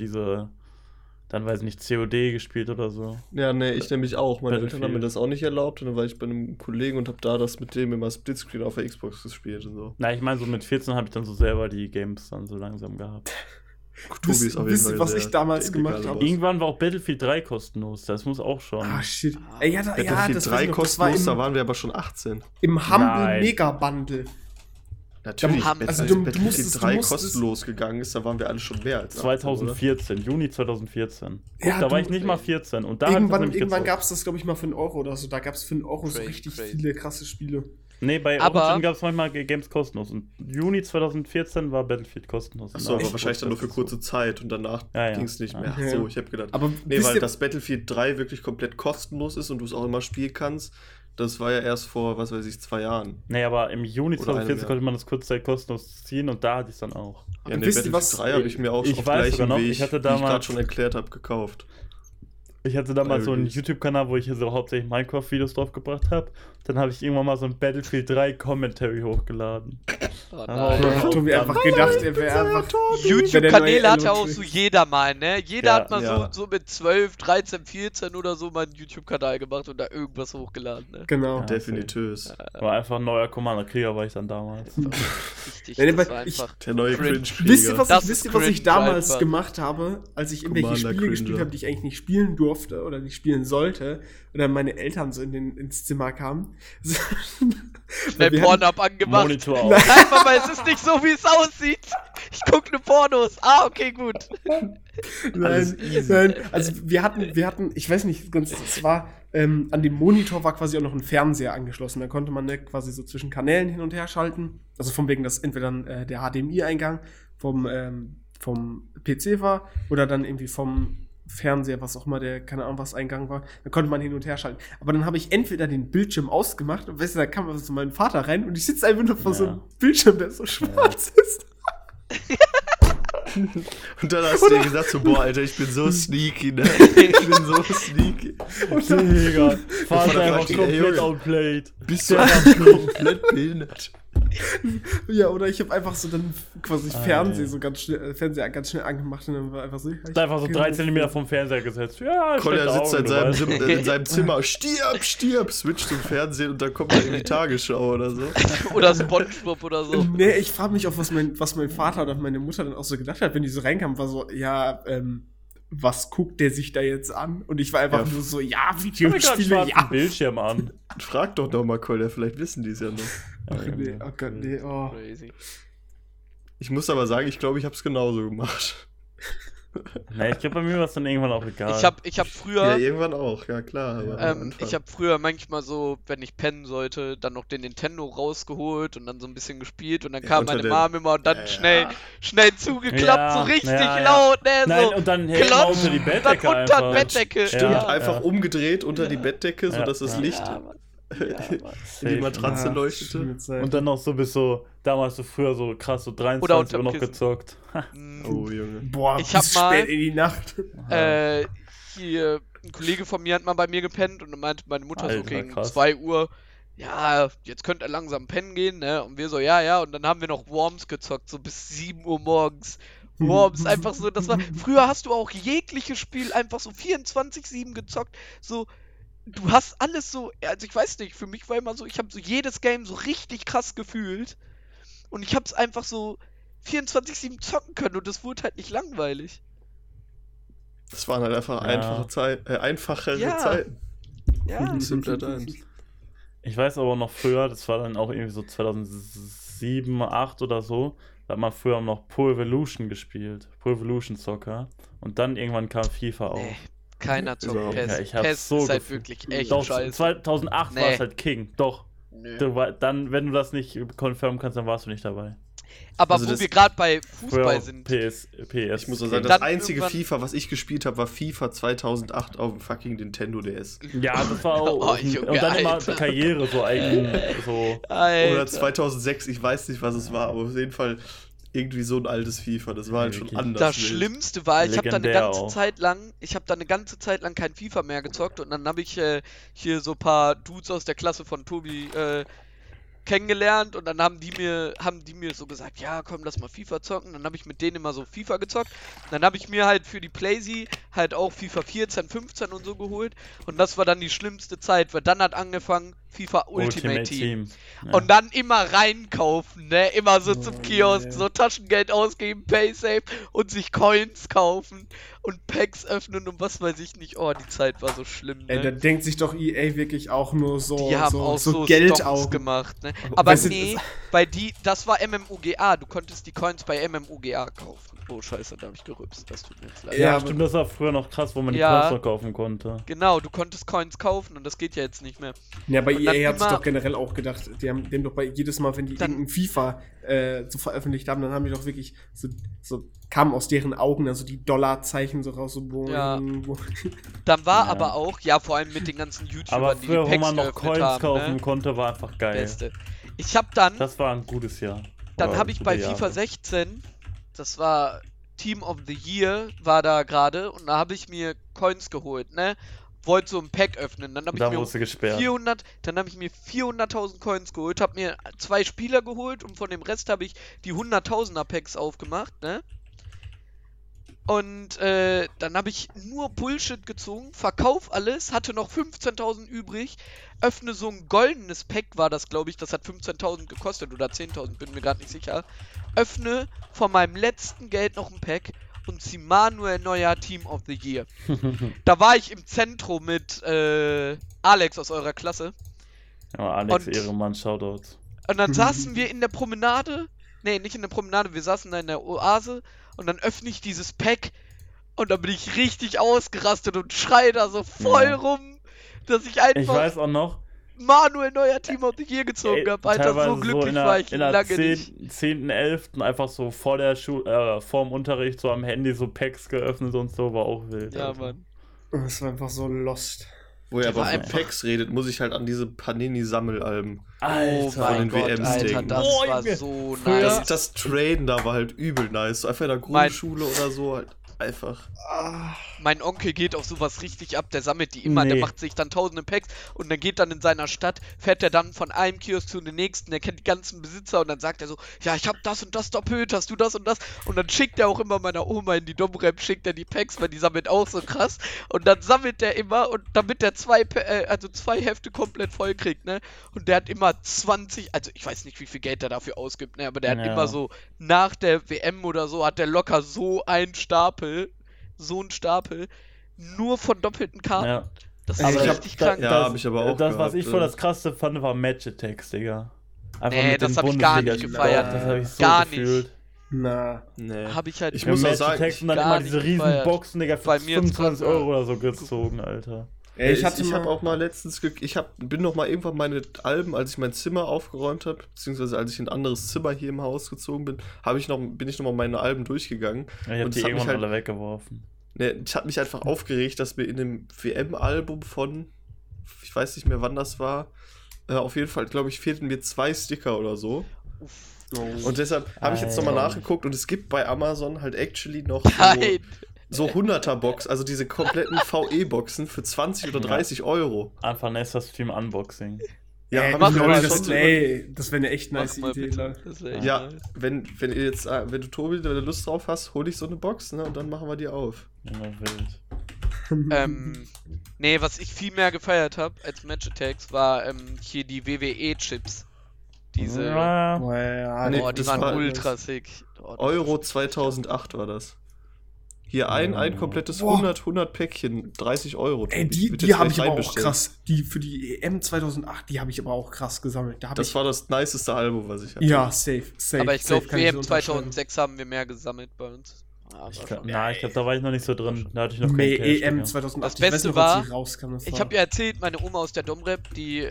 dann weiß ich nicht, COD gespielt oder so. Ja, nee, ich nämlich auch. Meine Eltern haben mir Battlefield. das auch nicht erlaubt. Und dann war ich bei einem Kollegen und habe da das mit dem immer Splitscreen auf der Xbox gespielt und so. Na, ich meine, so mit 14 habe ich dann so selber die Games dann so langsam gehabt. Tobi ist auf jeden wisst ihr, Fall was sehr ich damals illegal gemacht habe? sowas. Irgendwann war auch Battlefield 3 kostenlos, das muss auch schon. Ah, shit. Ey, ja, Battlefield das 3 weiß ich noch, das war kostenlos, da im, waren wir aber schon 18. im Humble Nein. Mega Bundle. Natürlich, Also als du Battlefield musstest- 3 du musstest- kostenlos gegangen ist, da waren wir alle schon mehr als 18, oder? 2014, Juni 2014. Guck, Ja, da war du- ich nicht mal 14 und da hab ich das Irgendwann nämlich gezockt. gab es das, glaube ich, mal für einen Euro oder so. Da gab es für einen Euro so Crazy, richtig crazy. viele krasse Spiele. Nee, bei Aber- Origin gab es manchmal Games kostenlos und Juni 2014 war Battlefield kostenlos. Achso, aber Echt? wahrscheinlich dann nur für kurze Zeit und danach Ja, ja. ging es nicht mehr. Ja. Ach so, ich habe gedacht. Aber Nee, wisst weil ihr- das Battlefield 3 wirklich komplett kostenlos ist und du es auch immer spielen kannst, das war ja erst vor, was weiß ich, 2 Jahren. Nee, aber im Juni Oder 2014 einem, ja. konnte man das kurzzeit kostenlos ziehen und da hatte ich es dann auch. Ja, nee, wisst ihr, Battlefield was- 3 habe ich mir auch Ich auf weiß gleichem sogar noch, Weg, ich hatte wie ich damals- gerade schon erklärt habe, gekauft. Ich hatte damals so einen Release. YouTube-Kanal, wo ich hier so hauptsächlich Minecraft-Videos draufgebracht habe. Dann habe ich irgendwann mal so ein Battlefield 3 Commentary hochgeladen. oh Ah, nein. ja. Tobi einfach gedacht, er wäre einfach. YouTube-Kanäle neue hat ja Elo auch Twitch. so jeder mal, ne? Jeder Ja, hat mal ja. so mit 12, 13, 14 oder so mal einen YouTube-Kanal gemacht und da irgendwas hochgeladen, ne? Genau. Ja. Definitös. War einfach ein neuer Commander-Krieger, war ich dann damals. Richtig, Nee, das aber war ich- einfach Der neue Cringe. Cringe-Krieger. Wisst ihr, was Das ich, wisst ihr, ist was ich cringe damals einfach. gemacht habe, als ich irgendwelche Commander Spiele gespielt Cringer. habe, die ich eigentlich nicht spielen durfte oder nicht spielen sollte, und dann meine Eltern so ins Zimmer kamen? schnell Wir hatten- Pornhub angemacht. Monitor auf. Nein, Mama, es ist nicht so, wie es aussieht. Ich gucke nur Pornos. Ah, okay, gut. Alles Nein, easy. nein, also wir hatten, ich weiß nicht ganz, es war, an dem Monitor war quasi auch noch ein Fernseher angeschlossen. Da konnte man quasi so zwischen Kanälen hin und her schalten. Also von wegen, dass entweder dann der HDMI-Eingang vom PC war oder dann irgendwie vom Fernseher, was auch immer der, keine Ahnung, was Eingang war. Da konnte man hin und her schalten. Aber dann habe ich entweder den Bildschirm ausgemacht und weißt du, da kam also so mein Vater rein und ich sitze einfach nur vor so einem Bildschirm, der so schwarz ist. Und dann hast du dir gesagt so, boah, Alter, ich bin so sneaky, ne? Ich bin so sneaky. Digga, Vater Vater einfach fragt ihn, ey, komplett Junge. outplayed. Bist du einfach komplett behindert? Ja, oder ich habe einfach so dann quasi Ah, Fernseher ganz schnell angemacht und dann war einfach so. Ist einfach so 3 Zentimeter vom Fernseher gesetzt. Ja, Kolja schlechte sitzt Augen, du weißt. in seinem Zimmer, stirb, stirb, switcht zum Fernsehen und dann kommt da irgendwie Tagesschau oder so. Oder Spongebob oder so. Nee, ich frage mich auch, was mein Vater oder meine Mutter dann auch so gedacht hat, wenn die so reinkamen, war so, ja, was guckt der sich da jetzt an? Und ich war einfach Ja. nur so, ja, Ich hab mir grad einen Videospiele, schwarzen ja. Bildschirm an. Frag doch noch mal, Kolja, vielleicht wissen die es ja noch. Ach nee, oh Gott, nee, oh. Crazy. Ich muss aber sagen, ich glaube, ich habe es genauso gemacht. Nee, ich glaube, bei mir war es dann irgendwann auch egal. Ich hab Ja, früher, irgendwann auch, ja klar. Aber am Anfang. ich habe früher manchmal so, wenn ich pennen sollte, dann noch den Nintendo rausgeholt und dann so ein bisschen gespielt und dann Ja, kam unter meine der- Mom immer und dann Ja, schnell zugeklappt, Ja, so richtig ja, ja. laut, ne, Nein, so und dann hält man klotz, unter die dann Bettdecke unter einfach. die Bettdecke. Stimmt, Ja, einfach ja. umgedreht unter die Bettdecke, Ja, sodass das ja. Licht Ja, Mann. in die Matratze Ja, leuchtete. Schlimme Und dann noch so bis so, damals so früher so krass, so 23 Oder Uhr unterm noch Kissen. gezockt. Mm, Oh, Junge. Boah, Ich hab bis mal- spät in die Nacht. Hier, ein Kollege von mir hat mal bei mir gepennt und dann meinte meine Mutter so Alter, gegen krass. 2 Uhr, ja, jetzt könnt ihr langsam pennen gehen, ne? Und wir so, ja, und dann haben wir noch Worms gezockt, so bis 7 Uhr morgens. Worms, einfach so, das war, früher hast du auch jegliches Spiel einfach so 24/7 gezockt, so, du hast alles so, also ich weiß nicht, für mich war immer so, ich habe so jedes Game so richtig krass gefühlt und ich hab's einfach so 24/7 zocken können und das wurde halt nicht langweilig. Das waren halt einfach einfachere Ja. Zeiten. Ja. Simpler Times. Ich weiß aber noch früher, das war dann auch irgendwie so 2007, 2008 oder so, da hat man früher noch Pro Evolution gespielt. Pro Evolution Soccer. Und dann irgendwann kam FIFA auf. Nee, keiner zockt Überhaupt PES. nicht. Ich hab's PES so ist halt gefühlt. wirklich echt Doch, scheiße. 2008 war Nee. es halt King. Doch. Nö. Dann, wenn du das nicht confirmen kannst, dann warst du nicht dabei. Aber Also wo das- wir gerade bei Früher Fußball sind. PS. Ich muss auch sagen, King. das Dann einzige irgendwann- FIFA, was ich gespielt habe, war FIFA 2008 auf dem fucking Nintendo DS. Ja, das war auch. Oh, Junge, und dann immer Alter. Karriere so eigen. So. Alter. Oder 2006, ich weiß nicht, was es war, aber auf jeden Fall irgendwie so ein altes FIFA. Das war halt schon Wirklich. anders. Das wild. Schlimmste war, ich habe da eine Legendär ganze auch. Zeit lang kein FIFA mehr gezockt und dann habe ich hier so ein paar Dudes aus der Klasse von Tobi kennengelernt und dann haben die mir so gesagt, ja komm, lass mal FIFA zocken. Dann habe ich mit denen immer so FIFA gezockt. Dann habe ich mir halt für die Playsee halt auch FIFA 14, 15 und so geholt und das war dann die schlimmste Zeit, weil dann hat angefangen FIFA Ultimate Team. Ja. Und dann immer reinkaufen, ne? Immer so zum Oh, Kiosk, nee. so Taschengeld ausgeben, Paysafe und sich Coins kaufen und Packs öffnen und was weiß ich nicht. Oh, die Zeit war so schlimm, Ey, da ne? denkt sich doch EA wirklich auch nur so, Die haben auch so Geld Stonks auch gemacht, ne? Aber Aber weißt du, nee, das war MMOGA. Du konntest die Coins bei MMOGA kaufen. Oh, scheiße, da hab ich gerübst. Das tut mir jetzt leid. Ja, Ja, stimmt, das war früher noch krass, wo man die Ja. Coins noch kaufen konnte. Genau, du konntest Coins kaufen und das geht ja jetzt nicht mehr. Ja, bei Und dann EA hat sich immer- doch generell auch gedacht, die haben doch bei jedes Mal, wenn die Dann- irgendein FIFA so veröffentlicht haben, dann haben die doch wirklich so kamen aus deren Augen also die Dollarzeichen so raus, so boing, Ja. boing. Dann war Ja. aber auch, ja, vor allem mit den ganzen YouTubern, Aber die früher, die wo Packs man noch geöffnet Coins haben, kaufen ne? konnte, war einfach geil. Beste. Ich hab dann Das war ein gutes Jahr. Dann Oder habe ich gute bei Jahre. FIFA 16, das war Team of the Year, war da gerade und da habe ich mir Coins geholt, ne? Wollte so ein Pack öffnen, dann habe ich Da mir wurdest du gesperrt. 400.000 Coins geholt, habe mir 2 Spieler geholt und von dem Rest habe ich die 100.000er Packs aufgemacht, ne? Und dann habe ich nur Bullshit gezogen, verkauf alles, hatte noch 15.000 übrig, öffne so ein goldenes Pack, war das glaube ich, das hat 15.000 gekostet oder 10.000, bin mir gerade nicht sicher. Öffne von meinem letzten Geld noch ein Pack und zieh Manuel Neuer Team of the Year. Da war ich im Zentrum mit Alex aus eurer Klasse. Ja, Alex Und- Ehrenmann, Shoutouts. Und dann saßen wir in der Promenade. Nee, nicht in der Promenade, wir saßen da in der Oase. Und dann öffne ich dieses Pack. Und dann bin ich richtig ausgerastet und schreie da so voll Ja. rum, dass ich Ich einfach weiß auch noch, Manuel Neuer Team of the Year gezogen habe. Alter, so teilweise glücklich in war der, ich in der lange nicht. 10.11. einfach so vor der vorm Unterricht so am Handy so Packs geöffnet und so, war auch wild. Ja, Alter. Mann. Das war einfach so lost. Wo ihr Der aber war von einfach- Packs redet, muss ich halt an diese Panini-Sammelalben. Oh Alter. mein den Gott, WMs Alter, denken. das Oh, war Junge. so Früher- nice. Das Traden da war halt übel nice. So einfach in der Mein- Grundschule oder so halt einfach. Mein Onkel geht auf sowas richtig ab, der sammelt die immer, der Nee. macht sich dann tausende Packs und dann geht dann in seiner Stadt, fährt er dann von einem Kiosk zu den nächsten, der kennt die ganzen Besitzer und dann sagt er so, ja, ich hab das und das doppelt, hast du das und das? Und dann schickt er auch immer meiner Oma in die Domrep, schickt er die Packs, weil die sammelt auch so krass und dann sammelt er immer und damit der zwei Hefte komplett voll kriegt, ne? Und der hat immer 20, also ich weiß nicht, wie viel Geld er dafür ausgibt, ne? Aber der hat Ja. immer so, nach der WM oder so, hat der locker so einen Stapel, nur von doppelten Karten. Ja. Das ist Also ich hab- richtig krank. Ja, hab ich aber auch Das, was gehabt, ich voll ja. das krasseste fand, war Match Attacks, Digga. Einfach Nee, mit das den hab ich gar nicht Bundesliga-Spielen. gefeiert. Doch, das habe ich so Gar nicht. gefühlt. Na. Nee. Habe ich halt Ich Ja, muss auch Match sagen, Attacks und dann gar immer nicht diese riesen gefeiert. Boxen, Digga, für Bei mir 25 dran war. Euro oder so gezogen, Alter. Ey, Ich hatte habe mal- auch mal letztens, bin noch mal irgendwann meine Alben, als ich mein Zimmer aufgeräumt habe, beziehungsweise als ich in ein anderes Zimmer hier im Haus gezogen bin, bin ich noch mal meine Alben durchgegangen. Ich hab Und die das hat mich irgendwann halt- alle weggeworfen. Ne, ich habe mich einfach aufgeregt, dass mir in dem WM-Album von, ich weiß nicht mehr wann das war, auf jeden Fall, glaube ich, fehlten mir 2 Sticker oder so. Und deshalb habe ich jetzt nochmal Alter. nachgeguckt und es gibt bei Amazon halt actually noch Nein. so 100er-Box, also diese kompletten VE-Boxen für 20 oder 30 Euro. Einfach nächster Stream Unboxing. Ja, Ey, hab mach ich mal, mir Leute, schon das, so ey, das wäre eine echt Mach nice mal Idee. bitte. Leute. Das wär echt Ja, nice. wenn ihr jetzt, wenn du Tobi, wenn du Lust drauf hast, hol ich so eine Box, ne, und dann machen wir die auf. Immer wild. Nee, was ich viel mehr gefeiert habe als Match Attacks war hier die WWE-Chips. Diese. Ja, Boah, ja, Nee, Oh, die das waren war- ultra sick. Oh, das Euro war- 2008 war das. Hier ein komplettes Boah. 100 Päckchen, 30 Euro. Ey, Würd die jetzt habe gleich ich aber auch reinbestellen. krass. Die für die EM 2008, die habe ich aber auch krass gesammelt. Das war das niceste Album, was ich hatte. ja, safe. Aber ich safe glaube, kann so WM unterschreiben. 2006 haben wir mehr gesammelt bei uns. Ich glaube, da war ich noch nicht so drin. Da hatte ich noch keinen Nee, Cash, EM Digga. 2008. Das ich weiß Beste noch, war, als sie rauskam, das Ich war- habe ja erzählt, meine Oma aus der Domrep, die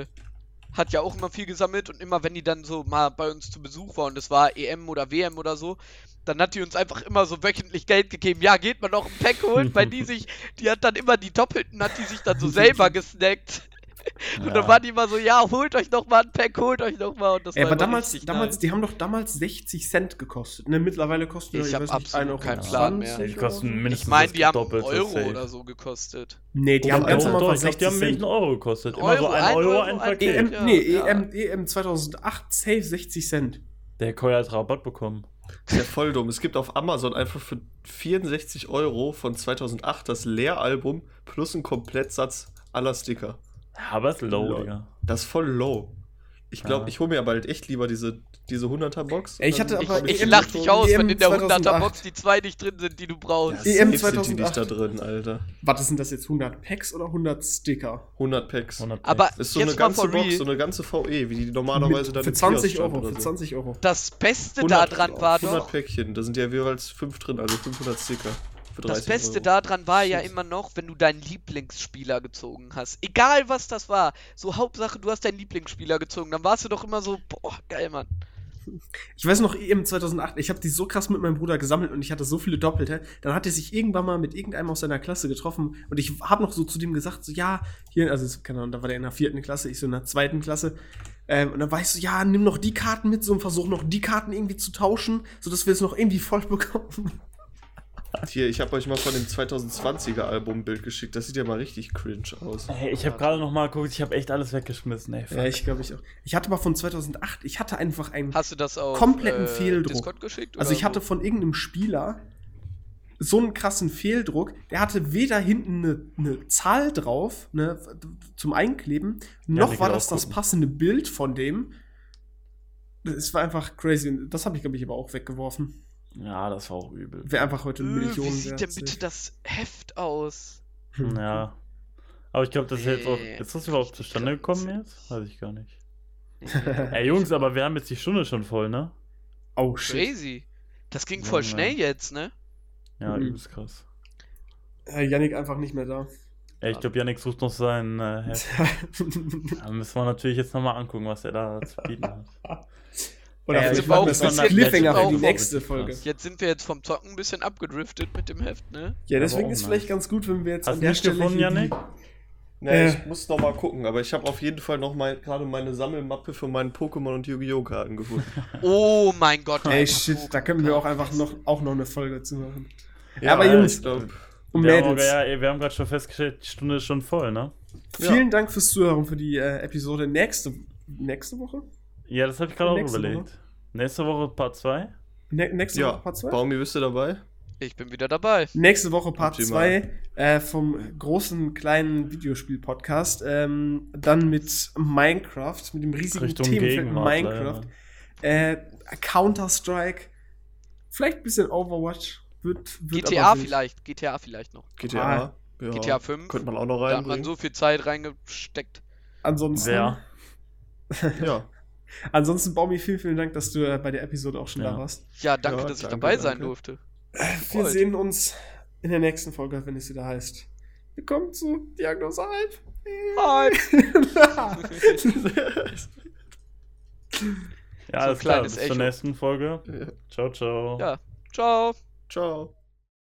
hat ja auch immer viel gesammelt und immer, wenn die dann so mal bei uns zu Besuch war und es war EM oder WM oder so, dann hat die uns einfach immer so wöchentlich Geld gegeben. Ja, geht man noch ein Pack holen, weil die hat dann immer die Doppelten, hat die sich dann so selber gesnackt. Und dann war die immer so, ja, holt euch noch mal ein Pack, holt euch noch mal. Und das Ey, war aber immer damals, richtig nice. die haben doch damals 60 Cent gekostet. Ne, mittlerweile kosten die, Ich hab weiß nicht, absolut keinen Plan mehr. Die kosten mindestens Ich meine, die haben doppelt so Euro safe. oder so gekostet. Nee, die haben ganz am Anfang Ich glaube, die 60 haben Cent. nicht einen Euro gekostet. Ein Immer so Euro, 1 ein Euro, Euro, ein ein Paket. Paket. EM 2008 safe 60 Cent. Der Koya hat Rabatt bekommen. Das ist ja voll dumm. Es gibt auf Amazon einfach für 64 Euro von 2008 das Leeralbum plus einen Komplettsatz aller Sticker. Ja, aber ist low, Lol. Digga. Das ist voll low. Ich glaube, Ja. ich hole mir aber halt echt lieber diese 100er-Box. Ey, ich hatte aber Ich EM lach dich aus, wenn in der 2008. 100er-Box die zwei nicht drin sind, die du brauchst. EM Safe sind die nicht 2008. da drin, Alter. Was sind das jetzt, 100 Packs oder 100 Sticker? 100 Packs. 100 Aber Packs. Ist so jetzt eine mal ganze for Box, real, so eine ganze VE, wie die normalerweise dann Für im 20 Kiosk stand Euro, oder für so. 20 Euro. das Beste da dran war 100 doch, Päckchen, da sind ja jeweils 5 drin, also 500 Sticker. Für 30 das Beste Euro. daran war ja Shit. immer noch, wenn du deinen Lieblingsspieler gezogen hast. Egal was das war. So Hauptsache, du hast deinen Lieblingsspieler gezogen. Dann warst du doch immer so, boah, geil, Mann. Ich weiß noch, EM 2008, ich habe die so krass mit meinem Bruder gesammelt und ich hatte so viele Doppelte. Dann hat er sich irgendwann mal mit irgendeinem aus seiner Klasse getroffen und ich habe noch so zu dem gesagt, so, ja, hier, also, keine Ahnung, da war der in der 4. Klasse, ich so in der 2. Klasse. Und dann war ich so, ja, nimm noch die Karten mit, so und versuch noch die Karten irgendwie zu tauschen, sodass wir es noch irgendwie voll bekommen. Hier, ich habe euch mal von dem 2020er Album ein Bild geschickt. Das sieht ja mal richtig cringe aus. Ey, ich habe gerade noch mal geguckt, ich habe echt alles weggeschmissen, ey. Fuck. Ja, ich glaube ich auch. Ich hatte mal von 2008, ich hatte einfach einen Hast du das auf kompletten Fehldruck. Discord geschickt? Also oder ich hatte wo? von irgendeinem Spieler so einen krassen Fehldruck, der hatte weder hinten eine Zahl drauf, ne, zum Einkleben, noch ich war will das auch das gucken. passende Bild von dem. Es war einfach crazy. Das habe ich, glaube ich, aber auch weggeworfen. Ja, das war auch übel. Wäre einfach heute Millionen Wie sieht wert, denn safe. bitte das Heft aus? Ja. Aber ich glaube, das ist jetzt auch. Nee. Ist das überhaupt zustande gekommen jetzt? Weiß ich gar nicht. Ey, Jungs, aber wir haben jetzt die Stunde schon voll, ne? Oh, shit. Crazy. Das ging voll Junge. schnell jetzt, ne? Ja, Mhm. übelst krass. Yannick einfach nicht mehr da. Ey, ich glaube, Yannick sucht noch sein Heft. Da müssen wir natürlich jetzt nochmal angucken, was er da zu bieten hat. Oder jetzt vielleicht sind wir auch machen wir es ein als bisschen- Cliffhanger für die auch- nächste Folge. Jetzt sind wir jetzt vom Zocken ein bisschen abgedriftet mit dem Heft, ne? Ja, deswegen Aber auch ist nice. vielleicht ganz gut, wenn wir jetzt Hast an du der nicht Stelle gefunden, hier die- Yannick? Nee, ich muss noch mal gucken, aber ich habe auf jeden Fall noch mal gerade meine Sammelmappe für meinen Pokémon und Yu-Gi-Oh! Karten gefunden. Oh mein Gott. Ey, Alter. shit, da können wir auch einfach noch eine Folge zu machen. Ja, aber Jungs, ich glaub, und Wir haben, Mädels, wir haben gerade schon festgestellt, die Stunde ist schon voll, ne? vielen Dank fürs Zuhören für die Episode nächste Woche? Ja, das habe ich gerade auch Nächste überlegt. Nächste Woche Part 2? Nächste ja, Woche Part 2? Baumi, bist du dabei? Ich bin wieder dabei. Nächste Woche Part Optimal. 2 vom großen, kleinen Videospiel-Podcast. Dann mit Minecraft, mit dem riesigen Richtung Themenfeld Gegenwart, Minecraft. Counter-Strike. Vielleicht ein bisschen Overwatch. Wird GTA aber wild. vielleicht. GTA vielleicht noch. GTA. Ja, GTA 5. Könnte man auch noch Da hat man reinbringen. so viel Zeit reingesteckt. Ansonsten, Wer? Ja, ansonsten, Baumi, vielen Dank, dass du bei der Episode auch schon Ja. da warst. Ja, danke, Ja, dass ich danke, dabei sein danke. durfte. Wir Freut. sehen uns in der nächsten Folge, wenn es wieder heißt. Willkommen zu Diagnose Halb. Hi. Ja, So alles klar. kleines Bis zur Echo. nächsten Folge. Ja. Ciao, ciao. Ja, ciao. Ciao.